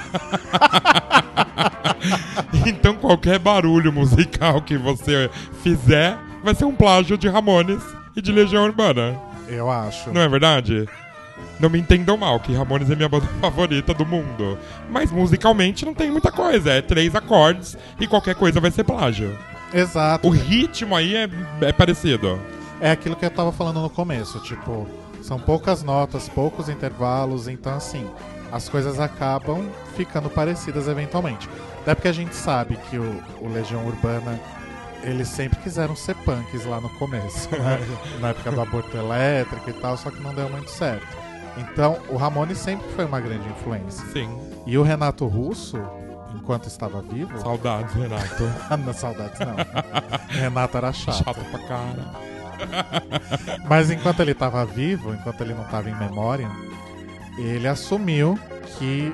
Então qualquer barulho musical que você fizer vai ser um plágio de Ramones e de Legião Urbana. Eu acho. Não é verdade? Não me entendam mal, que Ramones é minha banda favorita do mundo. Mas musicalmente não tem muita coisa. É 3 acordes e qualquer coisa vai ser plágio. Exato. O ritmo aí é parecido. É aquilo que eu tava falando no começo, tipo, são poucas notas, poucos intervalos, então assim, as coisas acabam ficando parecidas eventualmente. Até porque a gente sabe que o Legião Urbana, eles sempre quiseram ser punks lá no começo, né? Na época do aborto elétrico e tal, só que não deu muito certo. Então, o Ramones sempre foi uma grande influência. Sim. E o Renato Russo, enquanto estava vivo... Saudades, Renato. Não, saudades não. Renato era chato. Chato pra cara. Mas enquanto ele estava vivo, enquanto ele não estava em memória, ele assumiu que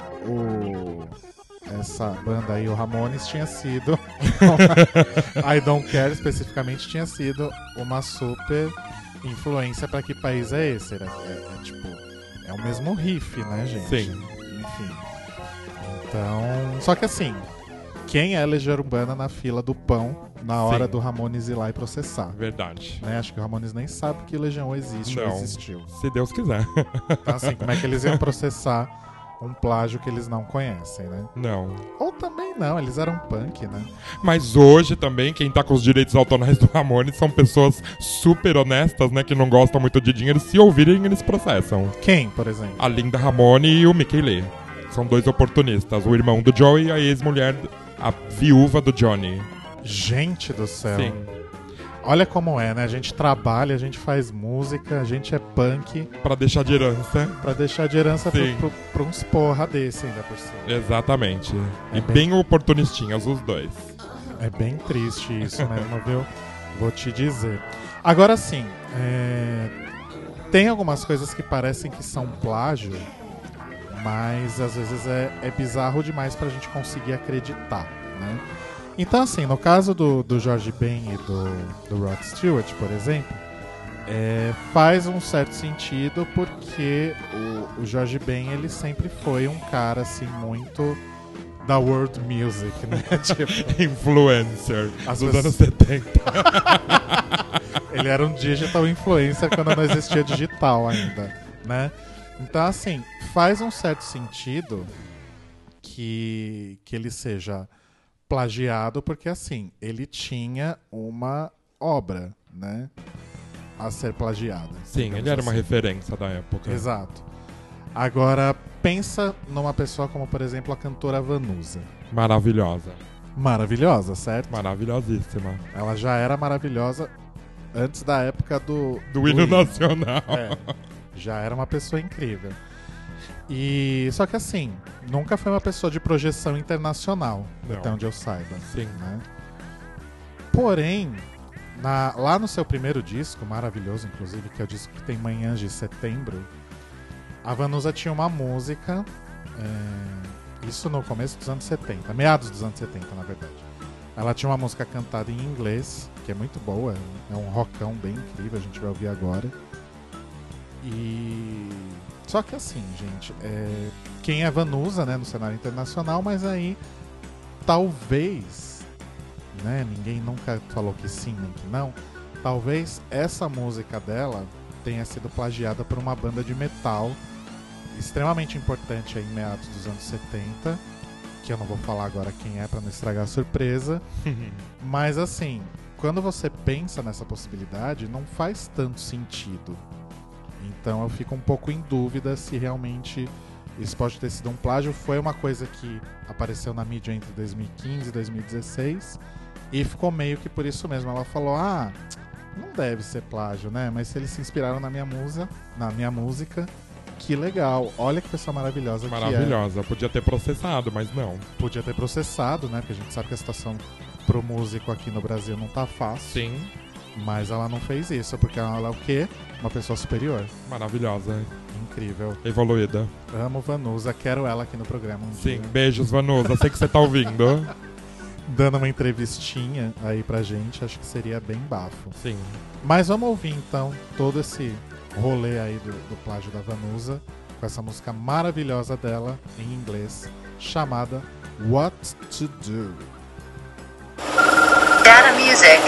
essa banda aí, o Ramones, tinha sido I Don't Care especificamente tinha sido uma super influência para que país é esse. Tipo, é o mesmo riff, né, gente? Sim. Enfim. Então, só que assim, quem é Legião Urbana na fila do pão na hora Sim. do Ramones ir lá e processar? Verdade. Né? Acho que o Ramones nem sabe que Legião existe ou Não. existiu. Se Deus quiser. Então, assim, como é que eles iam processar um plágio que eles não conhecem, né? Não. Ou também não, eles eram punk, né? Mas hoje também, quem tá com os direitos autorais do Ramones são pessoas super honestas, né? Que não gostam muito de dinheiro. Se ouvirem, eles processam. Quem, por exemplo? A Linda Ramone e o Mickey Lee. São 2 oportunistas. O irmão do Joey e a ex-mulher, a viúva do Johnny. Gente do céu. Sim. Olha como é, né? A gente trabalha, a gente faz música, a gente é punk Pra deixar de herança. pra deixar de herança Sim. pra uns porra desse ainda por cima. Exatamente. É E bem- bem oportunistinhas, os dois. É bem triste isso mesmo, viu? Vou te dizer. Agora sim, tem algumas coisas que parecem que são plágio, mas às vezes é bizarro demais pra gente conseguir acreditar, né? Então assim, no caso do George Ben e do Rod Stewart, por exemplo, faz um certo sentido porque o George Ben, ele sempre foi um cara assim muito da world music, né? Tipo, Influencer As dos pessoas- anos 70. ele era um digital influencer quando não existia digital ainda, né? Então, assim, faz um certo sentido que ele seja plagiado, porque, assim, ele tinha uma obra, né? A ser plagiada. Sim, digamos ele era uma assim. referência da época. Exato. Agora, pensa numa pessoa como, por exemplo, a cantora Vanusa. Maravilhosa. Maravilhosa, certo? Maravilhosíssima. Ela já era maravilhosa antes da época do Do hino nacional. É, já era uma pessoa incrível. E só que assim, nunca foi uma pessoa de projeção internacional, Não. até onde eu saiba. Sim. Né? Porém, lá no seu primeiro disco, maravilhoso inclusive, que é o disco que tem Manhãs de Setembro, a Vanusa tinha uma música, isso no começo dos anos 70, meados dos anos 70, na verdade. Ela tinha uma música cantada em inglês, que é muito boa, é um rockão bem incrível, a gente vai ouvir agora. E só que assim, gente, quem é Vanusa, né, no cenário internacional, mas aí talvez, né, ninguém nunca falou que sim nem que não, talvez essa música dela tenha sido plagiada por uma banda de metal extremamente importante aí em meados dos anos 70, que eu não vou falar agora quem é pra não estragar a surpresa, mas assim, quando você pensa nessa possibilidade, não faz tanto sentido. Então eu fico um pouco em dúvida se realmente isso pode ter sido um plágio. Foi uma coisa que apareceu na mídia entre 2015 e 2016 e ficou meio que por isso mesmo. Ela falou, não deve ser plágio, né? Mas se eles se inspiraram na minha música, que legal. Olha que pessoa maravilhosa que é. Maravilhosa. Podia ter processado, mas não. Podia ter processado, né? Porque a gente sabe que a situação pro músico aqui no Brasil não tá fácil. Sim. Mas ela não fez isso, porque ela é o quê? Uma pessoa superior. Maravilhosa. Incrível. Evoluída. Amo Vanusa, quero ela aqui no programa um Sim. dia. Beijos, Vanusa. Sei que você tá ouvindo. Dando uma entrevistinha aí pra gente, acho que seria bem bafo. Sim. Mas vamos ouvir então todo esse rolê aí do plágio da Vanusa, com essa música maravilhosa dela em inglês, chamada What to Do. Data Music.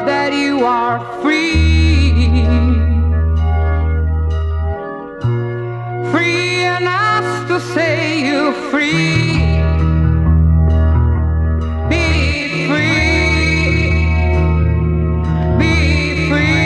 that you are free. Free enough to say you're free. Be free. Be free.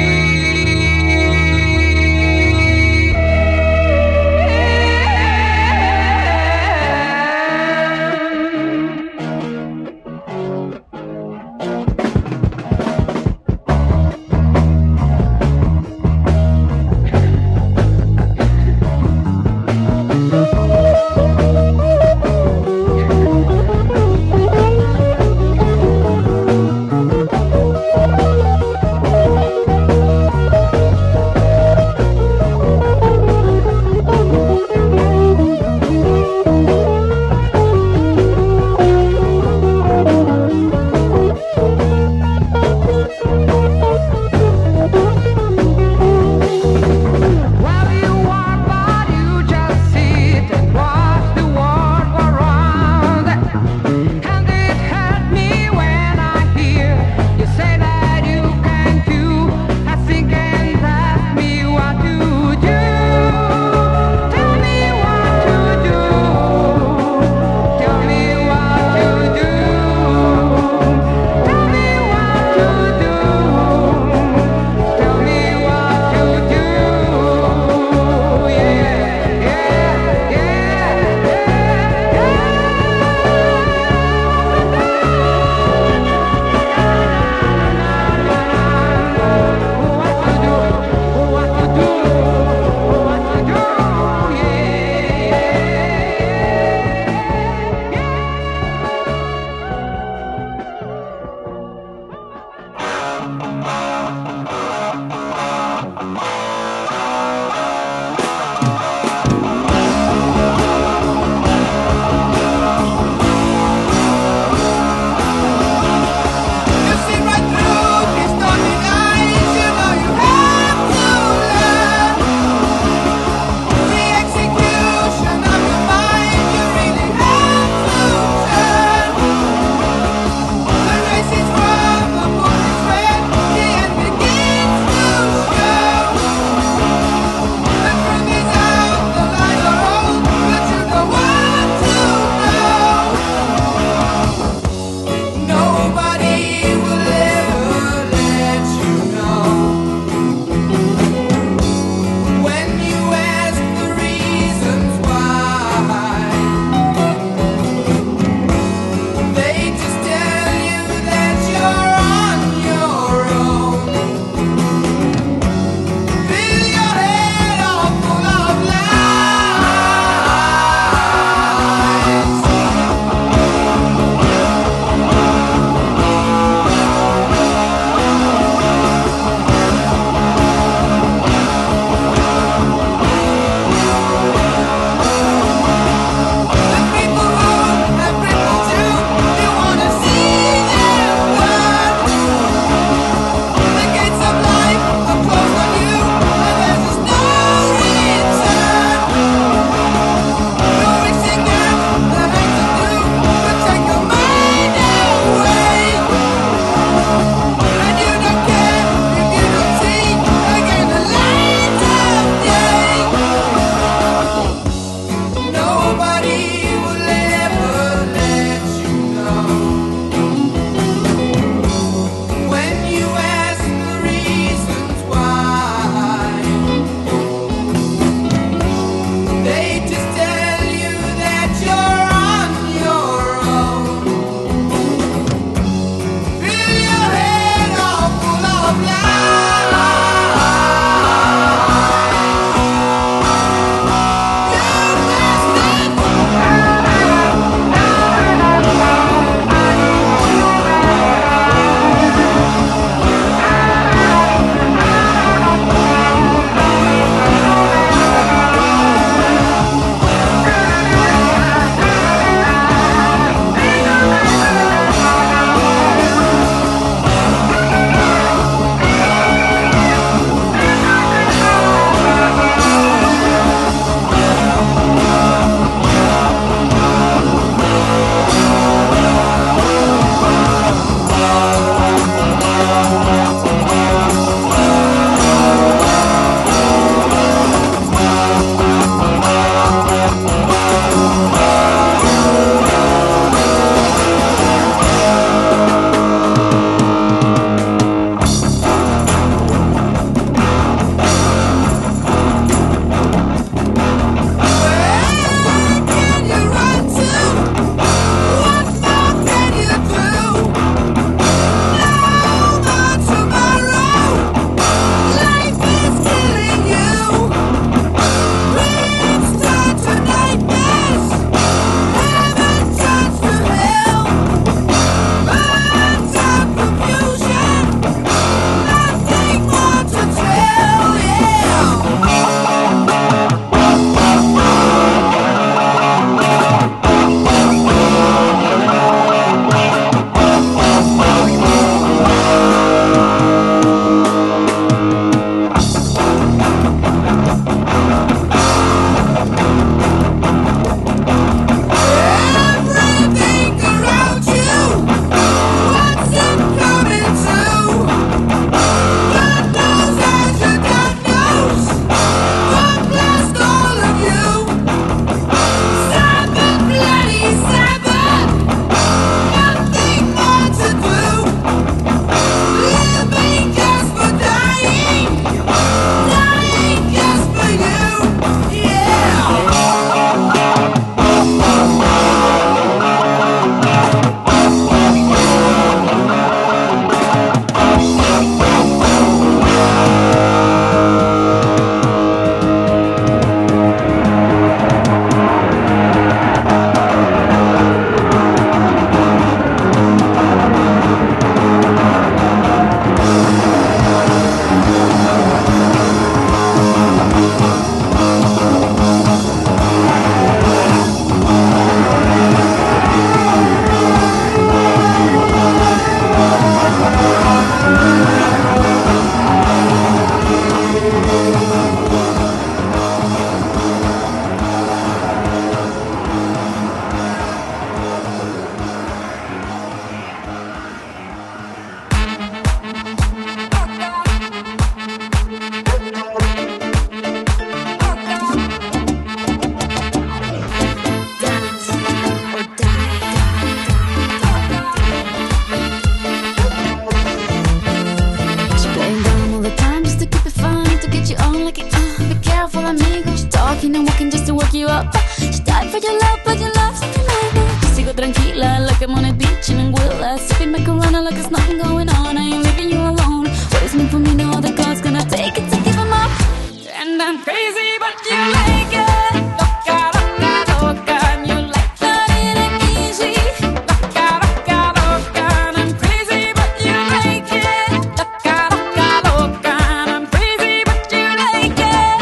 talking and walking just to work you up. She died for your love, but you love something like that. Sigo tranquila, like I'm on a beach in Anguilla, sipping my Corona like there's nothing going on. I ain't leaving you alone. What is meant for me, no other God's gonna take it to give him up. And I'm crazy, but you like it. Loca, loca, loca, and you like that it ain't easy. Loca, loca, loca, and I'm crazy, but you like it. Loca, loca, loca, and I'm crazy, but you like it.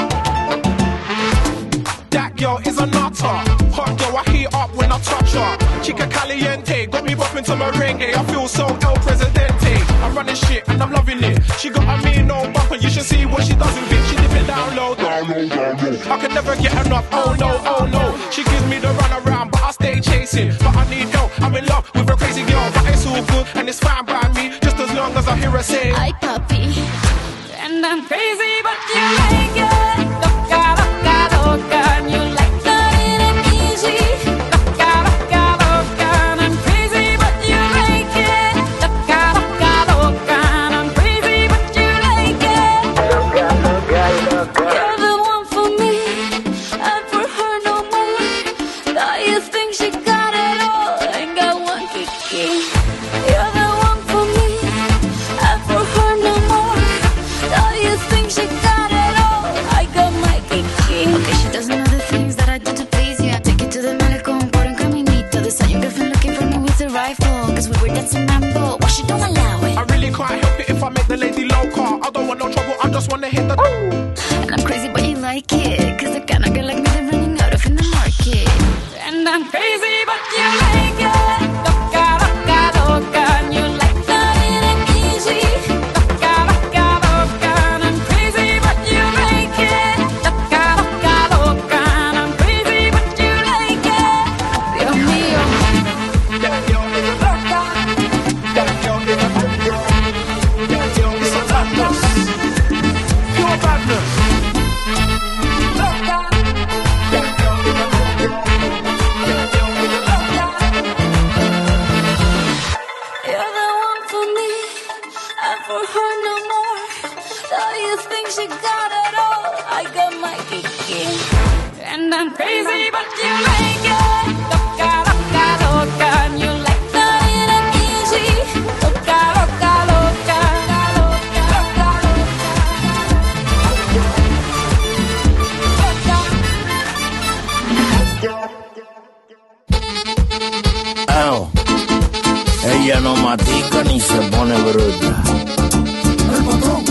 That girl is a nutter. Hot girl, I heat up when I touch her. Chica caliente, got me bopping to merengue. I feel so El Presidente. I'm running shit and I'm loving it. She got a mean old bumper, you should see what she does with it. She dip it down low, down low, down low. I can never get enough, oh no, oh no. She gives me the run around, but I stay chasing. But I need help, I'm in love with a crazy girl. But it's all good and it's fine by me, just as long as I hear her say, Ay, papi. And I'm crazy, but you like it. Loca, loca, loca, and you like that it ain't easy. Loca, loca, loca, and I'm crazy, but you like it. Loca, loca, loca, and I'm crazy, but you like it. Loca, loca, loca. You're the one for me, and for her no more. Now you think she got it all, ain't got one kiki. You're the one for me, and for her no more. Now you think she got it all, I got my kiki. Okay, she does know the things that I do to please you. I take you to the malecón por un caminito. This time your girlfriend looking for me with a rifle, cause we were dancing mambo. Why she don't allow it? I really can't help it if I make the lady loca. I don't want no trouble, I just wanna hit the And I'm crazy, but you like it, cause the kind of girl like me they're running out of in the market. And I'm crazy, but you like it. Loca, loca, loca, and you like that it ain't easy. Loca, loca, loca, and I'm crazy, but you like it. Loca, loca, loca, and I'm crazy, but you like it. Dios mío. That girl is a loca. That girl is a loca. That girl is a badness. Pure badness. Loca. That girl is a loca. That girl is a loca. You're the one for me, and for her no more. Now you think she got it all, I got my kiki. And I'm crazy, but you like it. Loca, loca, loca, and you like that it ain't easy. Loca, loca, loca, loca, loca, Oh, ella no matica ni se pone bruta. El patrón.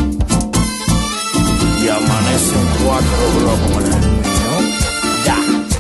Y amanece en 4 blocos, ¿no? Ya.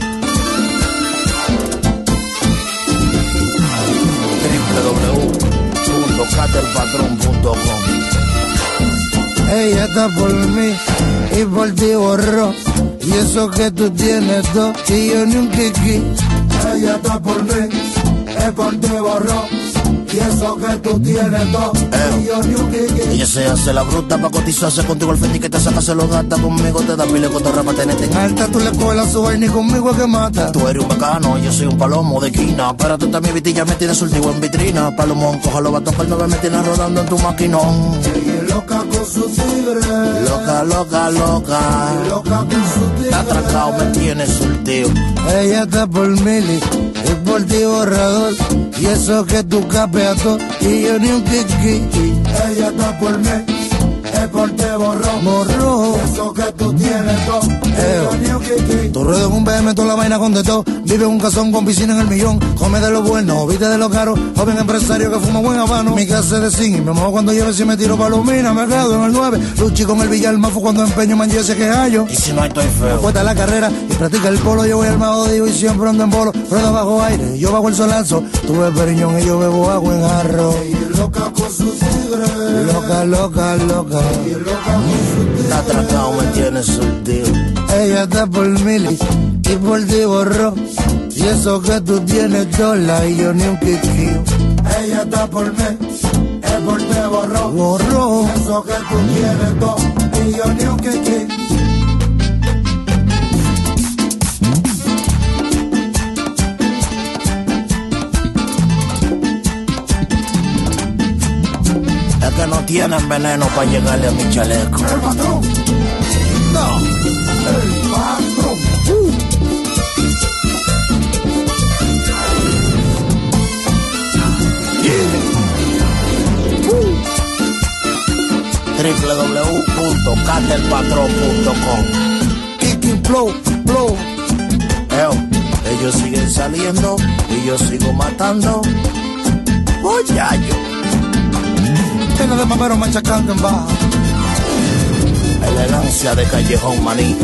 www.caterpatron.com. Ella está por mí y por ti borró. Y eso que tú tienes dos y yo ni un kiki. Ella está por mí y por ti borró. Y eso que tú tienes dos y yo ni un kiki. Ella se hace la bruta pa' cotizarse contigo al Fendi que te saca, se lo gasta conmigo, te da pile cotorra pa' tenerte en alta. Tú le coges la suba y ni conmigo es que mata. Tú eres un bacano, yo soy un palomo de esquina. Pero tú también vitilla me tienes surtido en vitrina. Palomón, cójalo, va a tocar 9, me tienes rodando en tu maquinón. Ella es loca con su tigre. Loca, loca, loca. Loca con su tigre. Está atracado, me tienes surtido. Ella está por mili y por ti borrador. Y eso que tú capeas todo y yo ni un kiki. Ella está por mí, es por te borró. Borró. Eso que tú tienes todo y yo ni un kiki. Tú ruedas en un BM, toda la vaina con de todo. Vive en un casón con piscina en el millón. Come de lo bueno, viste de lo caro. Joven empresario que fuma buen habano. Mi casa de zinc y me mojo cuando lleve si me tiro palomina. Me quedo en el 9. Luchi con el Villar Mafo cuando empeño manchese que hallo. Y si no estoy feo. Puesta la carrera y practica el polo. Yo voy al mago de y siempre ando en polo. Rueda bajo aire, yo bajo el solazo. Tú bebes periñón y yo bebo agua en jarro. Ella es loca con su tigre. Loca, loca, loca. Ella es loca con su tigre. Está atracado, me tienes surtido. Ella está por mili y por ti borró. Y eso que tú tienes $2 y yo ni un kiki. Ella está por mí, es por te borró. Borró. Eso que tú tienes $2 y yo ni un kiki. Es que no tienen veneno para llegarle a mi chaleco. El patrón. No. El patrón. www.caterpatron.com. Kiki Flow, Flow. Ellos siguen saliendo y yo sigo matando. Oye, yo. Tengo de mamero machacando en baja. Elegancia de callejón maní.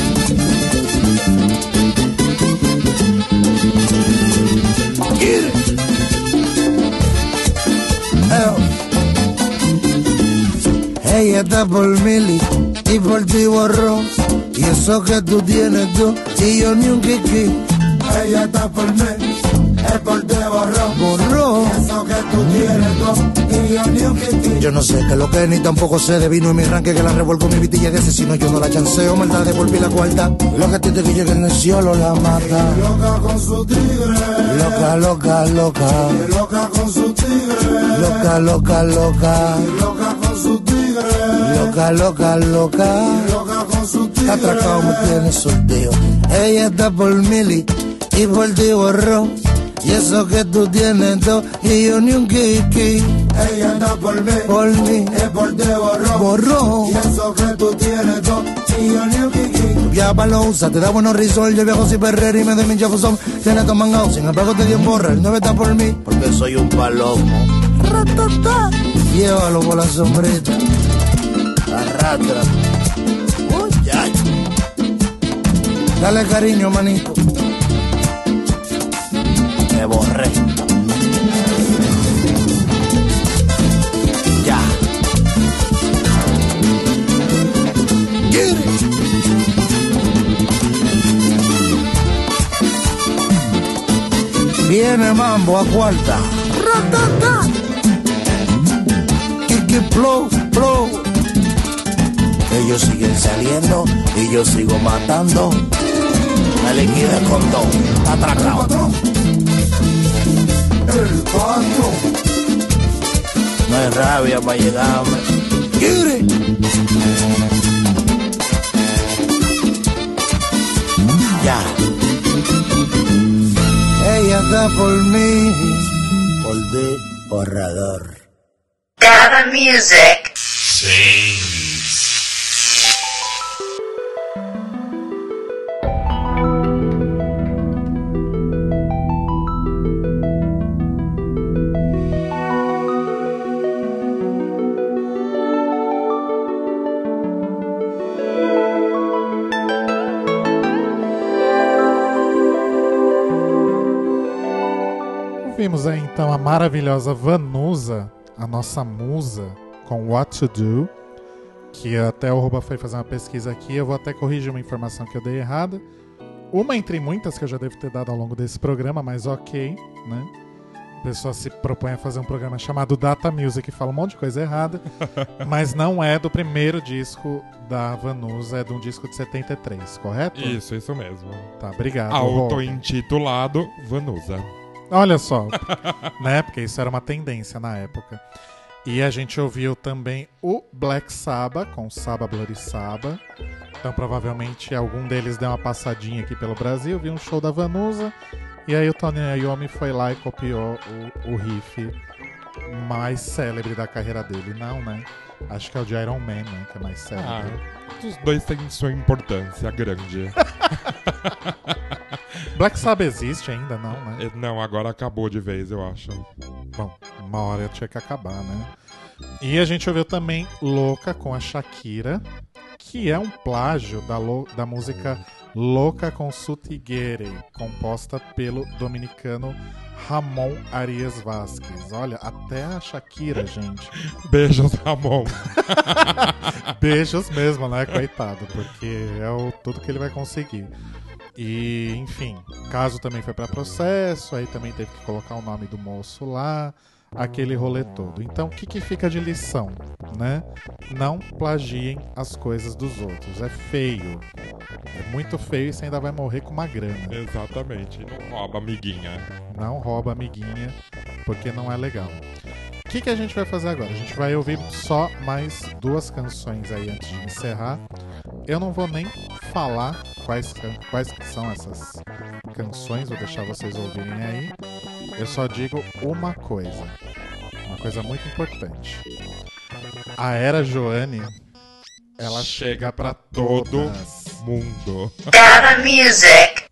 Ella está por Mili y por ti borró. Y eso que tú tienes tú y yo ni un kiki. Ella está por mí, es por ti borró. Y eso que tú tienes tú y yo ni un kiki. Yo no sé qué es lo que ni tampoco sé de vino en mi ranque que la revuelco mi vitilla de asesino. Yo no la chanceo, maldad devolví la cuarta. Lo que te que llega en el cielo la mata. Loca con su tigre. Loca, loca, loca. Loca con su tigre. Loca, loca, loca. Loca con su tigre. Loca, loca, loca. Loca con su tigre. Atracado me tiene sorteo. Ella está por Mili y por ti borró. Y eso que tú tienes todo y yo ni un kiki. Ella anda por mí, es por ti borró. Y eso que tú tienes todo y yo ni un kiki. Ya pa' lo usa, te da buenos risol. Yo viajo sin perrer y me doy mi chafuzón. Tiene todo mangado, sin embargo te dio en borra. El 9 está por mí, porque soy un palomo. Ratata. Llévalo por la sombrita. Arrastra. Ya. Dale cariño, manito. Me borré. Ya. Viene mambo a cuarta. Ratata. Kiki Flow, Flow. Ellos siguen saliendo y yo sigo matando. Me liquide con dos. Está atracado. El patrón. No hay rabia para llegarme. ¡Quiere! Ya. Ella está por mí. Por de borrador. Data Music. Vimos aí então a maravilhosa Vanusa, a nossa musa, com What to Do, que até o Rouba foi fazer uma pesquisa aqui, eu vou até corrigir uma informação que eu dei errada. Uma entre muitas que eu já devo ter dado ao longo desse programa, mas ok, né? A pessoa se propõe a fazer um programa chamado Data Music e fala um monte de coisa errada, mas não é do primeiro disco da Vanusa, é de um disco de 73, correto? Isso mesmo. Tá, obrigado. Auto-intitulado Vanusa. Olha só, né? Porque isso era uma tendência na época. E a gente ouviu também o Black Sabbath com Saba Bloody Saba. Então provavelmente algum deles deu uma passadinha aqui pelo Brasil, viu um show da Vanusa. E aí o Tony Iommi foi lá e copiou o riff mais célebre da carreira dele. Não, né? Acho que é o de Iron Man, né? Que é mais célebre. Os dois têm sua importância grande. Black Sabbath existe ainda, não, né? Não, agora acabou de vez, eu acho. Bom, uma hora tinha que acabar, né? E a gente ouviu também Louca com a Shakira, que é um plágio da música Louca com Sutiguere, composta pelo dominicano Ramon Arias Vasquez. Olha, até a Shakira, gente. Beijos, Ramon. Beijos mesmo, né? Coitado, porque é tudo que ele vai conseguir. E, enfim, o caso também foi para processo, aí também teve que colocar o nome do moço lá, aquele rolê todo. Então, o que fica de lição, né? Não plagiem as coisas dos outros, é feio. É muito feio e você ainda vai morrer com uma grana. Exatamente, não rouba amiguinha. Não rouba amiguinha, porque não é legal. O que a gente vai fazer agora? A gente vai ouvir só mais 2 canções aí antes de encerrar. Eu não vou nem falar quais que são essas canções, vou deixar vocês ouvirem aí. Eu só digo uma coisa: uma coisa muito importante. A Era Joane, ela chega pra todo mundo. Data Music.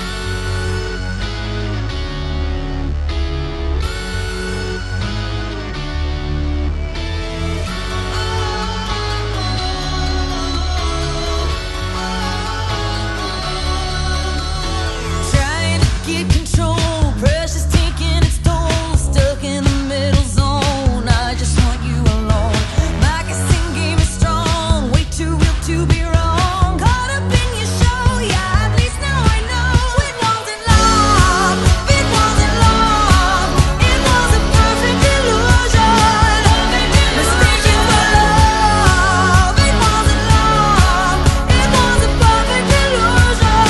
Trying to get control, pressure's taking its toll, stuck in the middle zone. I just want you alone. My guessing game is strong, way too real to be wrong. Caught up in your show, yeah, at least now I know it wasn't love, it wasn't love, it was a perfect illusion. Mistaken for love, it wasn't love, it was a perfect illusion.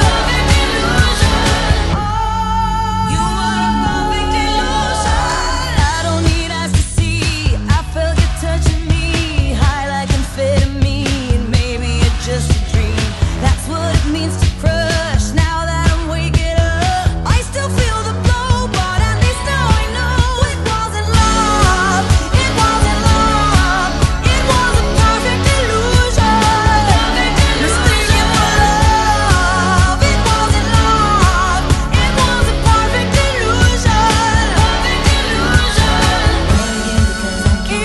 You are a perfect illusion. I don't need eyes to see. I felt you touching me, high like amphetamine. Maybe it's just a dream. That's what it means to crush. Now that I'm waking up, I still feel the blow, but at least now I know it wasn't love. It wasn't love. It was a perfect illusion. Mistaken for love. It wasn't love. It was a perfect illusion. It was a perfect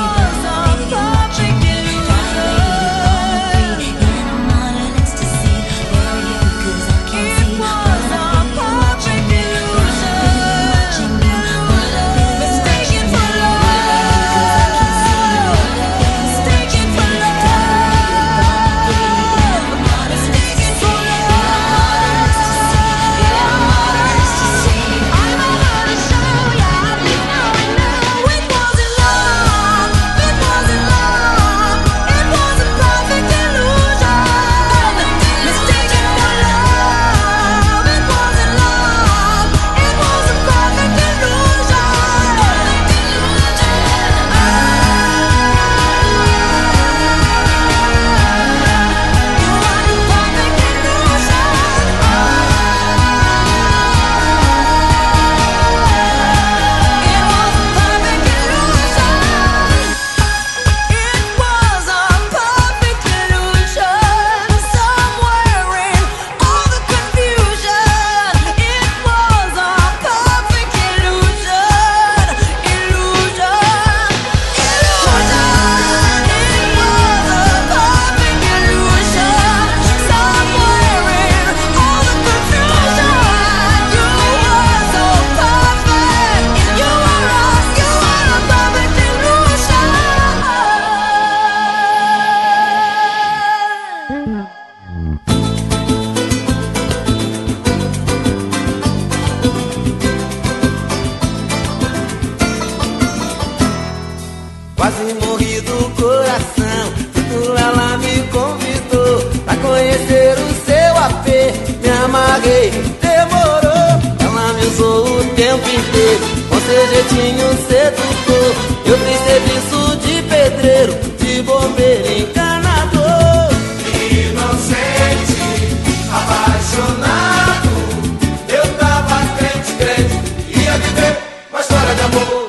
Quase morri do coração, ela me convidou pra conhecer o seu AP. Me amarrei, demorou, ela me usou o tempo inteiro, com seu jeitinho sedutor. Eu fiz serviço de pedreiro, de bombeiro, encanador. Inocente, apaixonado, eu tava crente, ia viver uma história de amor.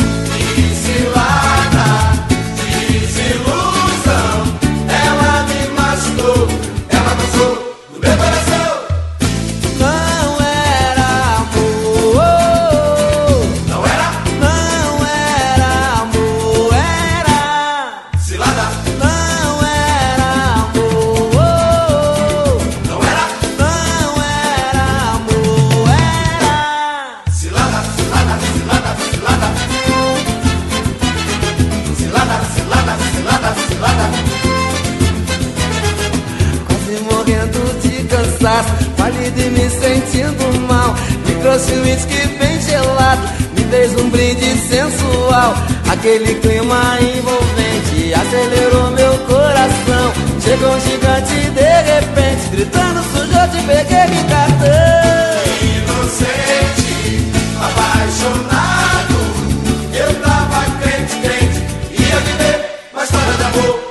Pálido e me sentindo mal, me trouxe um uísque bem gelado, me fez um brinde sensual. Aquele clima envolvente acelerou meu coração. Chegou um gigante de repente, gritando sujou, te peguei, me cartão. Inocente, apaixonado, eu tava crente, ia viver uma história de amor.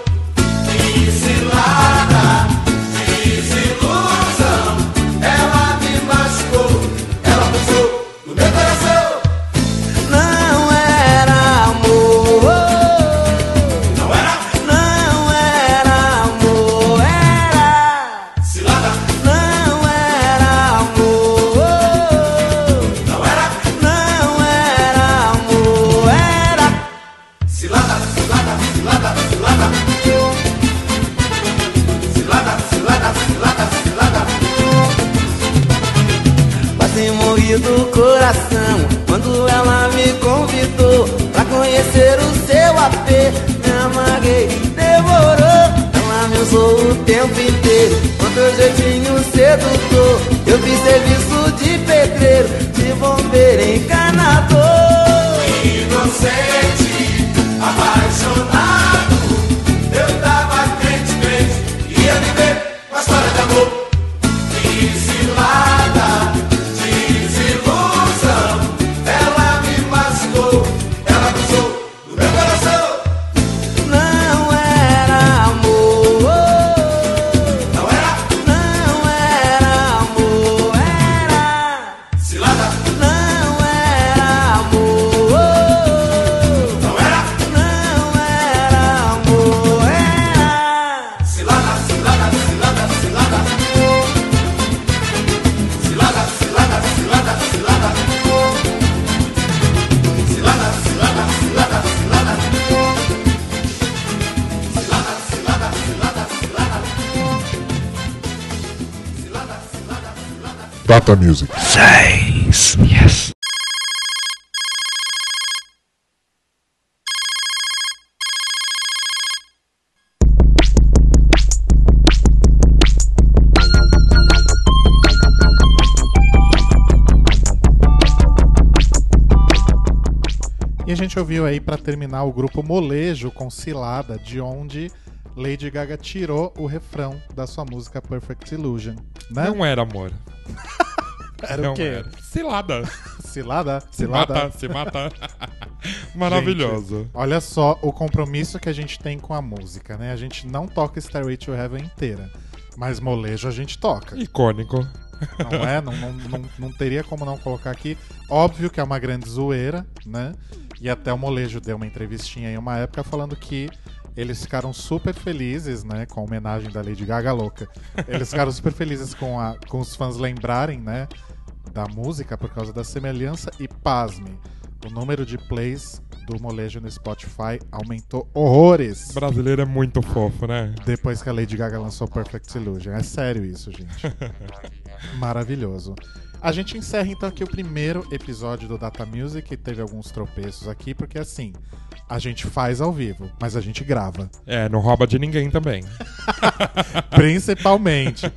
Não era cilada, cilada. Cilada, cilada, cilada, cilada. Quase morri do coração quando ela me convidou pra conhecer o seu AP. Me amarguei, demorou. Ela me usou o tempo inteiro com teu jeitinho sedutor. Eu fiz serviço de pedreiro, de bombeiro, encanador. Inocente, apaixonado, eu tava crente, crente, ia viver uma história de amor. Que cilada, desilusão, ela me machucou, ela abusou do meu coração. Não era amor, Não era não era amor, era. cilada, Não era amor, não era não era amor, era. cilada, cilada, cilada, cilada. Cilada, cilada, cilada, cilada. Cilada, cilada, cilada, cilada. Cilada, cilada, cilada, cilada. Cilada, cilada, cilada. Data Music. 6. Yes. E a gente ouviu aí pra terminar o grupo Molejo com Cilada, de onde Lady Gaga tirou o refrão da sua música Perfect Illusion, né? Não era amor. Era Não o quê? era. Cilada. Cilada? Se Cilada? mata, se mata. Maravilhoso. Gente, olha só o compromisso que a gente tem com a música, né? A gente não toca Stairway to Heaven inteira, mas Molejo a gente toca. Icônico. Não é? Não teria como não colocar aqui. Óbvio que é uma grande zoeira, né? E até o Molejo deu uma entrevistinha em uma época falando que eles ficaram super felizes, né? Com a homenagem da Lady Gaga louca. Eles ficaram super felizes com os fãs lembrarem, né? Da música por causa da semelhança. E pasme, o número de plays do Molejo no Spotify aumentou horrores. O brasileiro é muito fofo, né? Depois que a Lady Gaga lançou Perfect Illusion. É sério isso, gente. Maravilhoso. A gente encerra então aqui o primeiro episódio do Data Music. Teve alguns tropeços aqui, porque assim, a gente faz ao vivo, mas a gente grava. É, não rouba de ninguém também. Principalmente.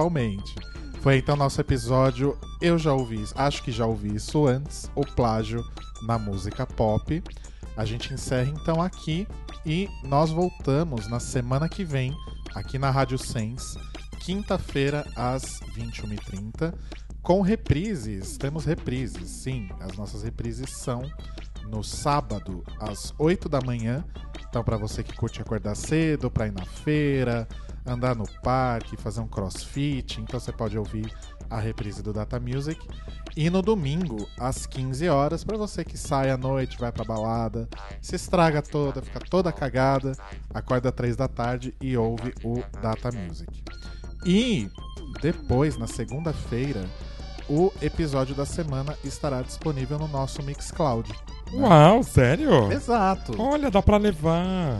Foi então nosso episódio. Eu já ouvi isso, acho que já ouvi isso antes, o plágio na música pop. A gente encerra então aqui e nós voltamos na semana que vem, aqui na Rádio Sense, quinta-feira às 21h30, com reprises. Temos reprises, sim. As nossas reprises são no sábado, às 8 da manhã. Então, para você que curte acordar cedo, para ir na feira, andar no parque, fazer um crossfit, então você pode ouvir a reprise do Data Music. E no domingo, às 15 horas, para você que sai à noite, vai pra balada, se estraga toda, fica toda cagada, acorda às 3 da tarde e ouve o Data Music. E depois, na segunda-feira, o episódio da semana estará disponível no nosso Mixcloud. Uau, sério? Exato. Olha, dá pra levar.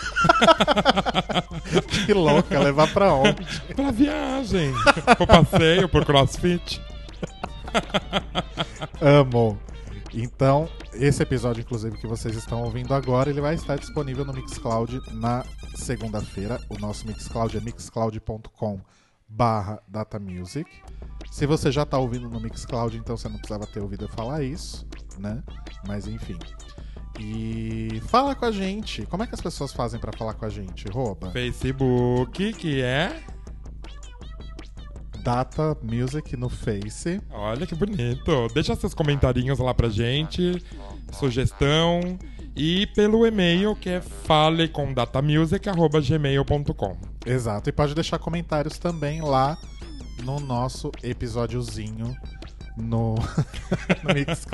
Que louca, levar pra onde? Pra viagem. Pro passeio, pro crossfit. Amo. Então, esse episódio, inclusive, que vocês estão ouvindo agora, ele vai estar disponível no Mixcloud na segunda-feira. O nosso Mixcloud é mixcloud.com/datamusic. Se você já tá ouvindo no Mixcloud, então você não precisava ter ouvido eu falar isso, né? Mas enfim. E fala com a gente. Como é que as pessoas fazem pra falar com a gente, Roba? Facebook, que é... Data Music no Face. Olha que bonito. Deixa seus comentarinhos lá pra gente, sugestão, e pelo e-mail que é falecomdatamusic@gmail.com. Exato, e pode deixar comentários também lá no nosso episódiozinho no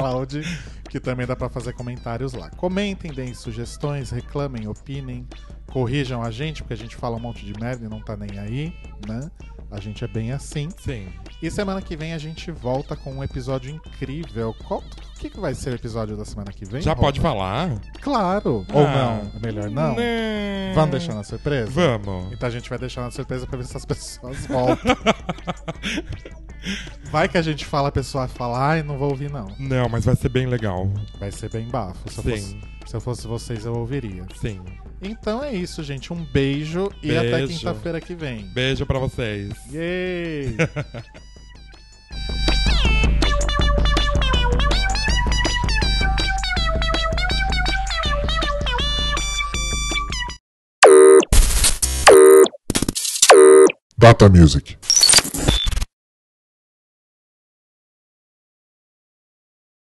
Mixcloud, que também dá pra fazer comentários lá. Comentem, deem sugestões, reclamem, opinem, corrijam a gente, porque a gente fala um monte de merda e não tá nem aí, né? A gente é bem assim. Sim. E semana que vem a gente volta com um episódio incrível. O que vai ser o episódio da semana que vem? Já pode falar? Claro. Ou não? É melhor não? Vamos deixar na surpresa? Vamos. Então a gente vai deixar na surpresa pra ver se as pessoas voltam. Vai que a gente fala, a pessoa fala, ai, não vou ouvir não. Não, mas vai ser bem legal. Vai ser bem bafo. Se eu fosse vocês, eu ouviria. Sim. Então é isso, gente. Um beijo e até quinta-feira que vem. Beijo pra vocês. Yay! Data Music.